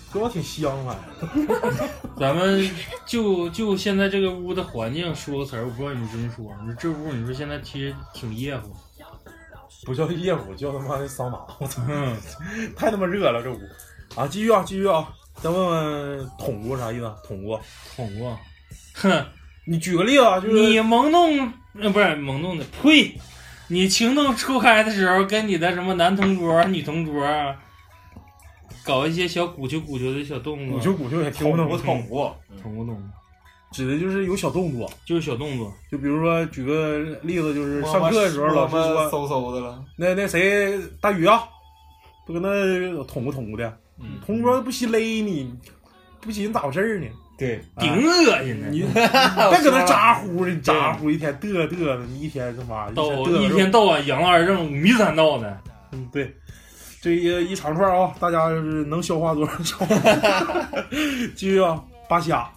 这我挺香啊。 咱们就现在这个屋的环境说个词儿，我不知道你们这么说。你说这屋，你说现在其实挺热乎， 不叫热乎，叫他妈的桑拿。我操，太他妈热了这屋。啊，继续啊！再问问捅过啥意思？捅过， 哼， 你举个例子啊，就是你不是萌动的，呸！你情窦初开的时候，跟你的什么男同桌、女同桌搞一些小鼓球的小动作， 鼓球也听不懂，我捅过，指的就是有小动作， 就是小动作。 就比如说举个例子，就是上课的时候，老师说嗖的了， 那谁大宇啊，不跟他捅咕的，同桌不惜勒你，不寻思咋回事呢？ 对， 顶恶心的， 你别搁那咋呼的，你咋呼一天嘚的，你一天他妈一天到晚养了二正，五迷三道的。 对，这一长串啊，大家就是能消化多少消化。继续啊，扒虾，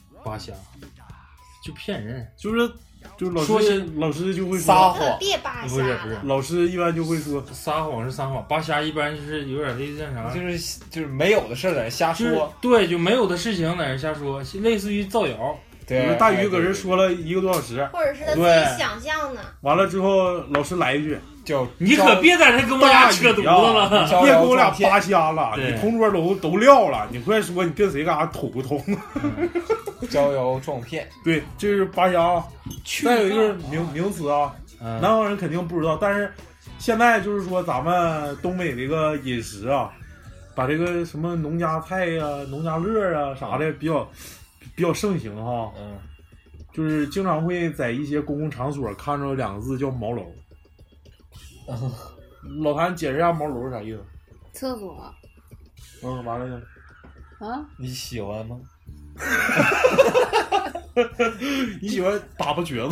就骗人， 就是老师就会撒谎， 别扒虾， 不是， 老师一般就会说撒谎是撒谎，扒虾一般就是有点类似像啥， 就是没有的事在那瞎说， 对，就没有的事情在那瞎说，类似于造谣。 对， 大宇搁这说了1个多小时， 或者是他自己想象的。 完了之后，老师来一句叫你可别在这跟我俩扯犊子了， 别跟我俩扒虾了，你同桌都撂了，你快说你跟谁干啥捅不捅？ 招摇撞骗， 对，这是扒虾。再有一个名词啊，南方人肯定不知道，但是现在就是说咱们东北这个饮食啊，把这个什么农家菜呀、农家乐啊啥的比较盛行哈。就是经常会在一些公共场所看着2个字叫茅楼。老谭解释一下茅楼是啥意思？ 厕所。 完了呢。 啊？ 你喜欢吗？ 你喜欢打巴瘸子？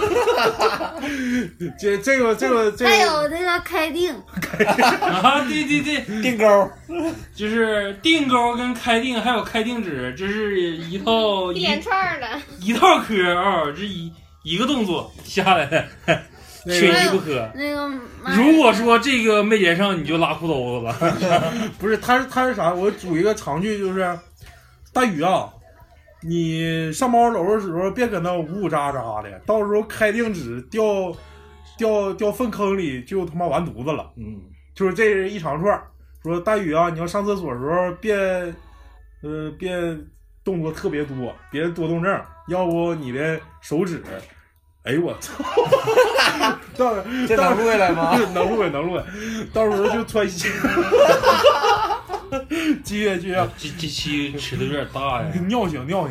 这个， 还有那个开腚啊，对， 腚钩， 就是腚钩跟开腚，还有开腚指，这是一连串的一套嗑啊，这一个动作下来的，缺一不可。 那个， 如果说这个没连上，你就拉裤兜子了。 不是，他是啥？我组一个长句，就是大宇啊。你上茅楼的时候，别搁那呜呜喳喳的，到时候开腚指掉粪坑里，就他妈完犊子了。就是这是一长串。说大宇啊，你要上厕所的时候，别动作特别多，别多动症，要不你的手指，哎呦我操！ 这能录下来吗？ 能录，到时候就穿鞋。继续， 这期吃的有点大呀！ 尿性是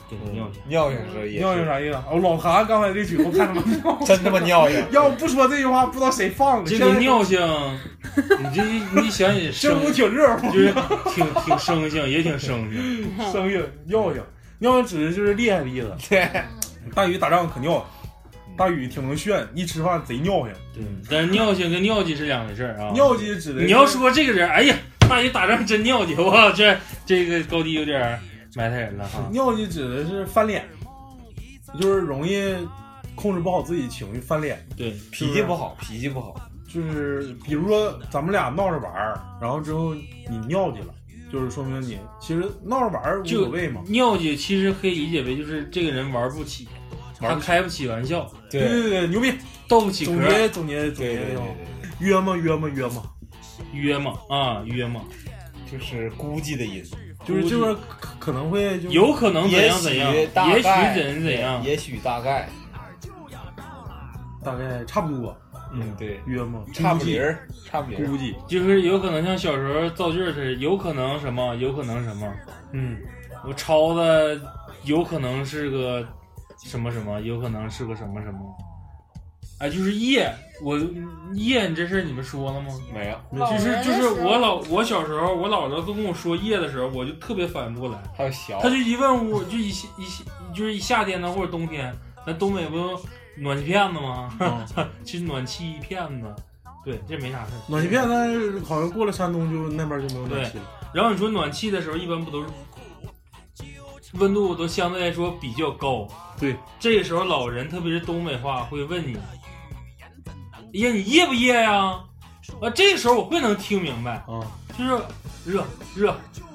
啥意思？老韩刚才这举动看他妈真他妈尿性！ 要不说这句话，不知道谁放的。 这个尿性，你想也这不挺热乎， 就是挺生性，也挺生性， 尿性指的就是厉害的意思。 对， 大宇打仗可尿，大宇挺能炫，一吃饭贼尿性。 对，但是尿性跟尿急是两回事啊。 尿急指的你要说这个人，哎呀。大宇打仗真尿急，哇，这个高低有点埋汰人了哈。 尿急指的是翻脸，就是容易控制不好自己情绪，翻脸。 对， 脾气不好。 就是比如说咱们俩闹着玩儿，然后之后你尿急了，就是说明你其实闹着玩儿无所谓嘛。 尿急其实可以理解为就是这个人玩不起，他开不起玩笑。 对，牛逼， 斗不起壳。 总结，约吗？ 约嘛， 就是估计的意思， 就是这边可能会有可能怎样，也许怎样， 也许大概差不多。 对， 约吗？ 差不离， 估计就是有可能像小时候造句似的，有可能什么。我抄的有可能是个什么，有可能是个什么。哎，就是夜，你这事你们说了吗？ 没有， 就是我小时候，我姥姥跟我说夜的时候，我就特别反应不过来。 还有小， 他就一问我，就是夏天呢或者冬天，咱东北不都暖气片子吗？其实暖气片子，对，这没啥事。 暖气片子好像过了山东就那边就没有暖气了。 然后你说暖气的时候，一般不都是温度都相对来说比较高？ 对， 这个时候老人特别是东北话会问你。哎呀，你热不热呀？这个时候我会能听明白，就是热，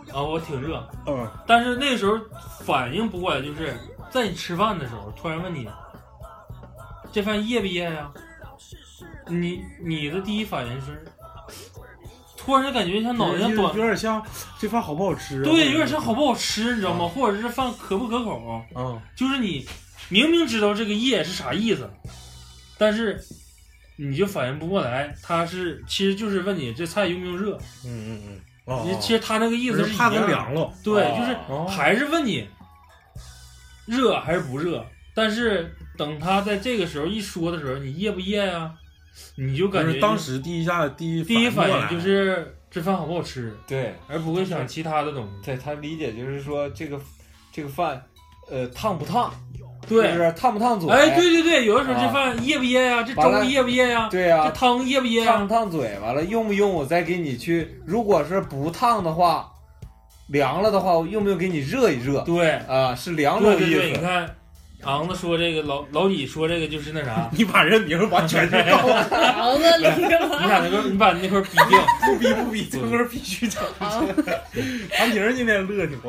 啊，我挺热，但是那时候反应不过来，就是在你吃饭的时候，突然问你这饭噎不噎呀？你的第一反应是，突然就感觉像脑袋上短， 有点像这饭好不好吃、啊？ 对，有点像好不好吃，你知道吗？或者是饭可不可口？就是你明明知道这个噎是啥意思，但是你就反应不过来，其实就是问你这菜用不用热？其实他那个意思是怕它凉了， 对，就是还是问你热还是不热。但是等他在这个时候一说的时候，你噎不噎呀？你就感觉当时第一反应就是这饭好不好吃， 对， 而不会想其他的东西。 对，他理解就是说这个饭，烫不烫？ 对， 就是烫不烫嘴？ 哎，对，有的时候这饭噎不噎呀？这粥噎不噎呀？ 对呀， 这汤噎不噎呀？ 烫不烫嘴？完了用不用我再给你去？如果是不烫的话，凉了的话，我用不用给你热一热？ 对啊，是两种意思。 对，你看。昂子说这个老李说这个就是那啥， 你把人名完全是告了。 昂子李， 你把那块逼掉， 不逼，这块必须整。他名今天乐挺，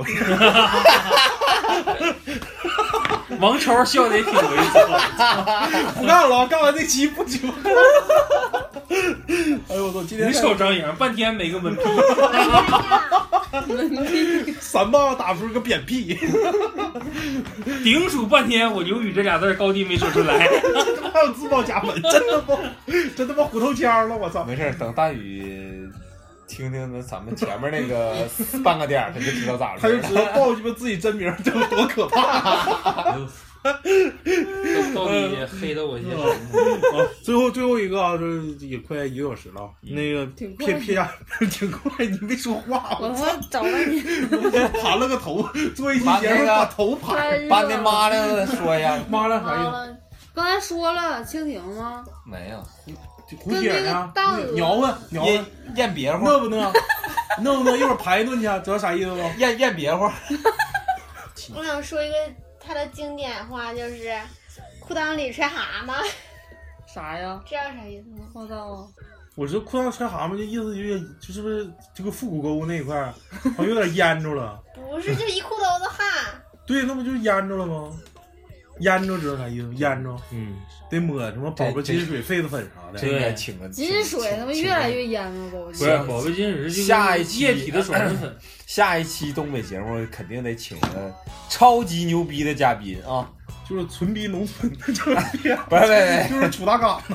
王超笑的也挺有意思。 不干了，干完这期不久。哎呦我操！今天你手张颖半天没个闷屁， 三棒打出个扁屁， 顶数半天我刘宇这俩字高低没说出来， 这还有自报家门，真他妈虎头腔了！我操！ 没事，等大宇听听咱们前面那个半个点，他就知道咋了。 他就知道报鸡巴自己真名这有多可怕。 到底黑到我心上。 最后一个啊，这也快1个小时了。那个撇家挺快，你没说话。 我他妈找半天， 盘了个头，做一期节目把头盘。 把那妈的说一下， 妈的啥意思？ 刚才说了蜻蜓吗？ 没有， 蝴蝶呢？鸟啊， 咽别乎， 饿不饿？饿不饿？一会儿排一顿去，知道啥意思不？ 咽别乎。 我想说一个他的经典话，就是裤裆里揣蛤蟆。 啥呀？ 知道啥意思吗？ 不知道啊。 我说裤裆揣蛤蟆，这意思就是不是这个腹股沟那一块好像有点淹着了？ 不是，就一裤兜子汗。 对，那不就是淹着了吗？淹着知道啥意思？淹着，得抹什么宝贝金水、痱子粉啥的。 这应该请个金水，他们越来越淹了， 不是宝贝金水是下一期液体的爽身粉。 下一期东北节目肯定得请个超级牛逼的嘉宾啊， 就是纯逼农村的这个， 不是， 就是楚大刚。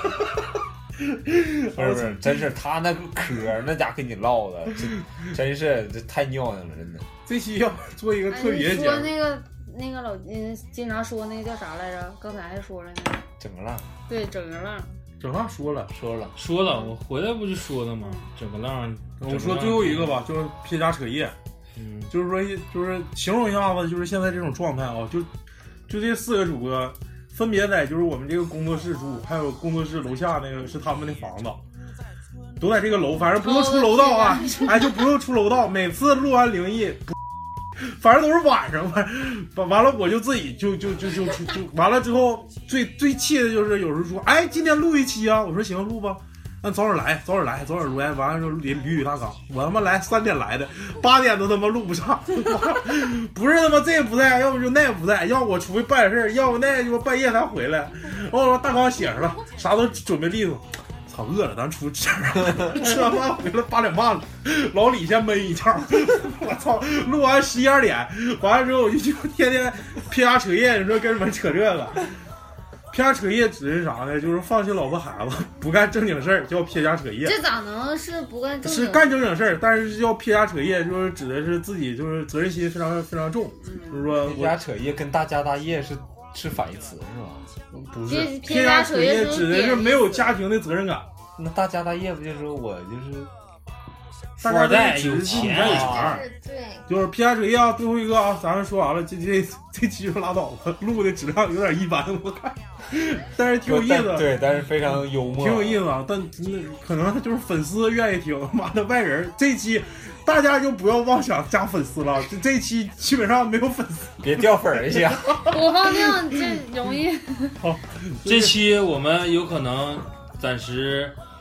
不是，真是他那个嗑那家给你唠的，真是这太尿性了，真的。 这期要做一个特别节目。 说那个老经常说那个叫啥来着？刚才还说了呢。 整个浪。对， 整个浪。 整浪说了， 我回来不就说了吗？整个浪。 我说最后一个吧，就是撇家扯叶。就是说，就是形容一下子，就是现在这种状态啊，就这4个主播，分别在就是我们这个工作室住，还有工作室楼下那个是他们的房子，都在这个楼，反正不用出楼道啊，哎，就不用出楼道。每次录完灵异，反正都是晚上，完了我就自己就完了之后，最气的就是有时候说，哎，今天录一期啊，我说行，录吧。那早点来，完了之后捋捋大纲，我他妈来3点来的，8点都他妈录不上，不是他妈这也不在，要不就那也不在，要不我出去办点事儿，要不那就半夜才回来。我说大纲写上了，啥都准备利索。操，饿了，咱出去吃。吃完饭回来8点半了，老李先闷一觉。我操，录完11、2点，完了之后我就天天撇家扯叶，你说跟你们扯这个。撇家扯叶指的是啥呢？就是放弃老婆孩子，不干正经事儿，叫撇家扯叶。 这咋能是不干正经？ 是干正经事儿，但是叫撇家扯叶，就是指的是自己就是责任心非常非常重。就是说撇家扯叶跟大家大业是反义词是吧？ 不是，撇家扯叶指的是没有家庭的责任感。 那大家大业不就是说我就是富二代有钱啊？对，就是撇家扯叶啊。最后一个啊，咱们说完了，这期就拉倒吧，录的质量有点一般，我看。但是挺有意思， 对，但是非常幽默， 挺有意思啊。但可能就是粉丝愿意听，妈的外人这期大家就不要妄想加粉丝了，这期基本上没有粉丝， 别掉粉一下。 播放量这容易。 好，这期我们有可能暂时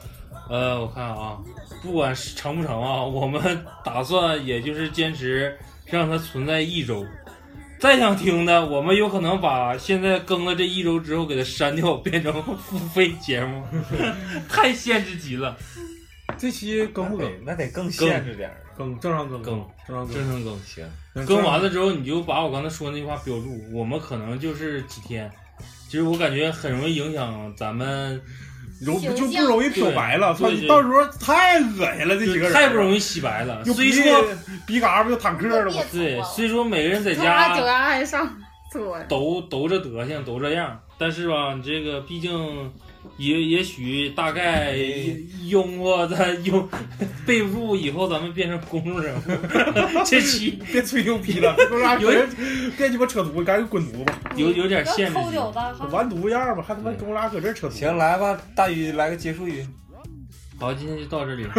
我看啊，不管是成不成啊，我们打算也就是坚持让它存在1周。再想听的，我们有可能把现在更了这1周之后给它删掉，变成付费节目，太限制级了。 这期更不更？ 那得更限制点， 更正常更， 正常更行。 更完了之后，你就把我刚才说那句话标注。我们可能就是几天，其实我感觉很容易影响咱们。 就不容易漂白了，到时候太恶心了，这几个人太不容易洗白了。所以说， 鼻嘎不就坦克了吗？ 对，所以说每个人在家脚丫还上错， 都这德行，都这样。但是吧，你这个毕竟也许大概用过的用备不住，以后咱们变成公众人物。这期别吹牛逼了，有人别鸡巴扯犊子，赶紧滚犊子吧。 有点限制， 完犊样吧，还他妈跟我俩搁这扯犊子。 行，来吧，大宇来个结束语。 好，今天就到这里。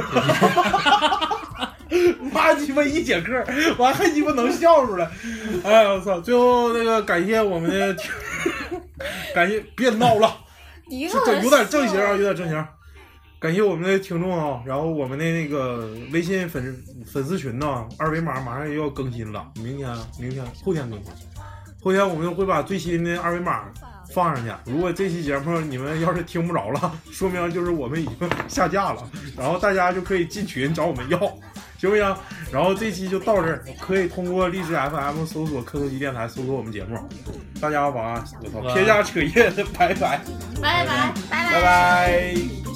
妈鸡巴一节课，完还鸡巴能笑出来。哎我操！最后那个感谢我们的，感谢别闹了。这有点正形啊，有点正形。感谢我们的听众啊，然后我们的那个微信粉丝群呢，二维码马上又要更新了，明天、后天更新。后天我们会把最新的二维码放上去。如果这期节目你们要是听不着了，说明就是我们已经下架了，然后大家就可以进群找我们要，行不行？然后这期就到这儿，可以通过荔枝 FM 搜索磕头机电台，搜索我们节目。大家晚安，我操，撇家扯叶的，拜拜， 拜拜， 拜拜。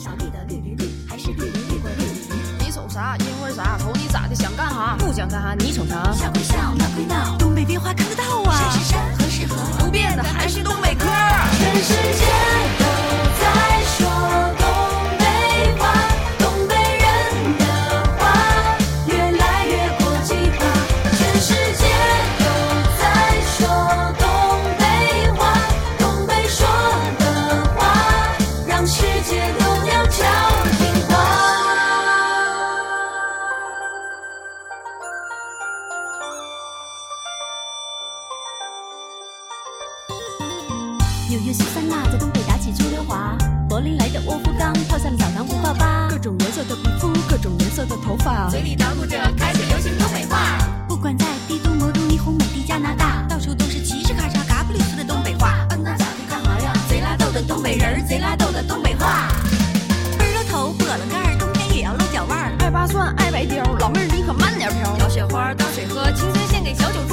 你瞅啥？因为啥？瞅你咋的？想干哈？不想干哈？你瞅啥？ 笑归笑，闹归闹，东北变化看得到啊。山是山，河是河， 不变的还是东北嗑。 全世界都在说东北话，东北人的话越来越国际化。全世界都在说东北话，东北说的话让世界都鸟叫听话。纽约苏珊娜在东北打起出溜滑，柏林来的沃夫冈跳上澡堂588，各种颜色的皮肤，各种颜色的头发， 嘴里叨咕着开始流行东北话。 不管在帝都、魔都、霓虹美的加拿大，到处都是嘁哧咔嚓嘎布里斯的东北话。那咋的干哈呀？贼拉逗的东北人，贼拉逗的东北话。背了头，拨了盖，冬天也要露脚腕。 爱扒蒜，爱白貂，老妹儿你可慢点飘。 挑雪花当水喝，青春献给小酒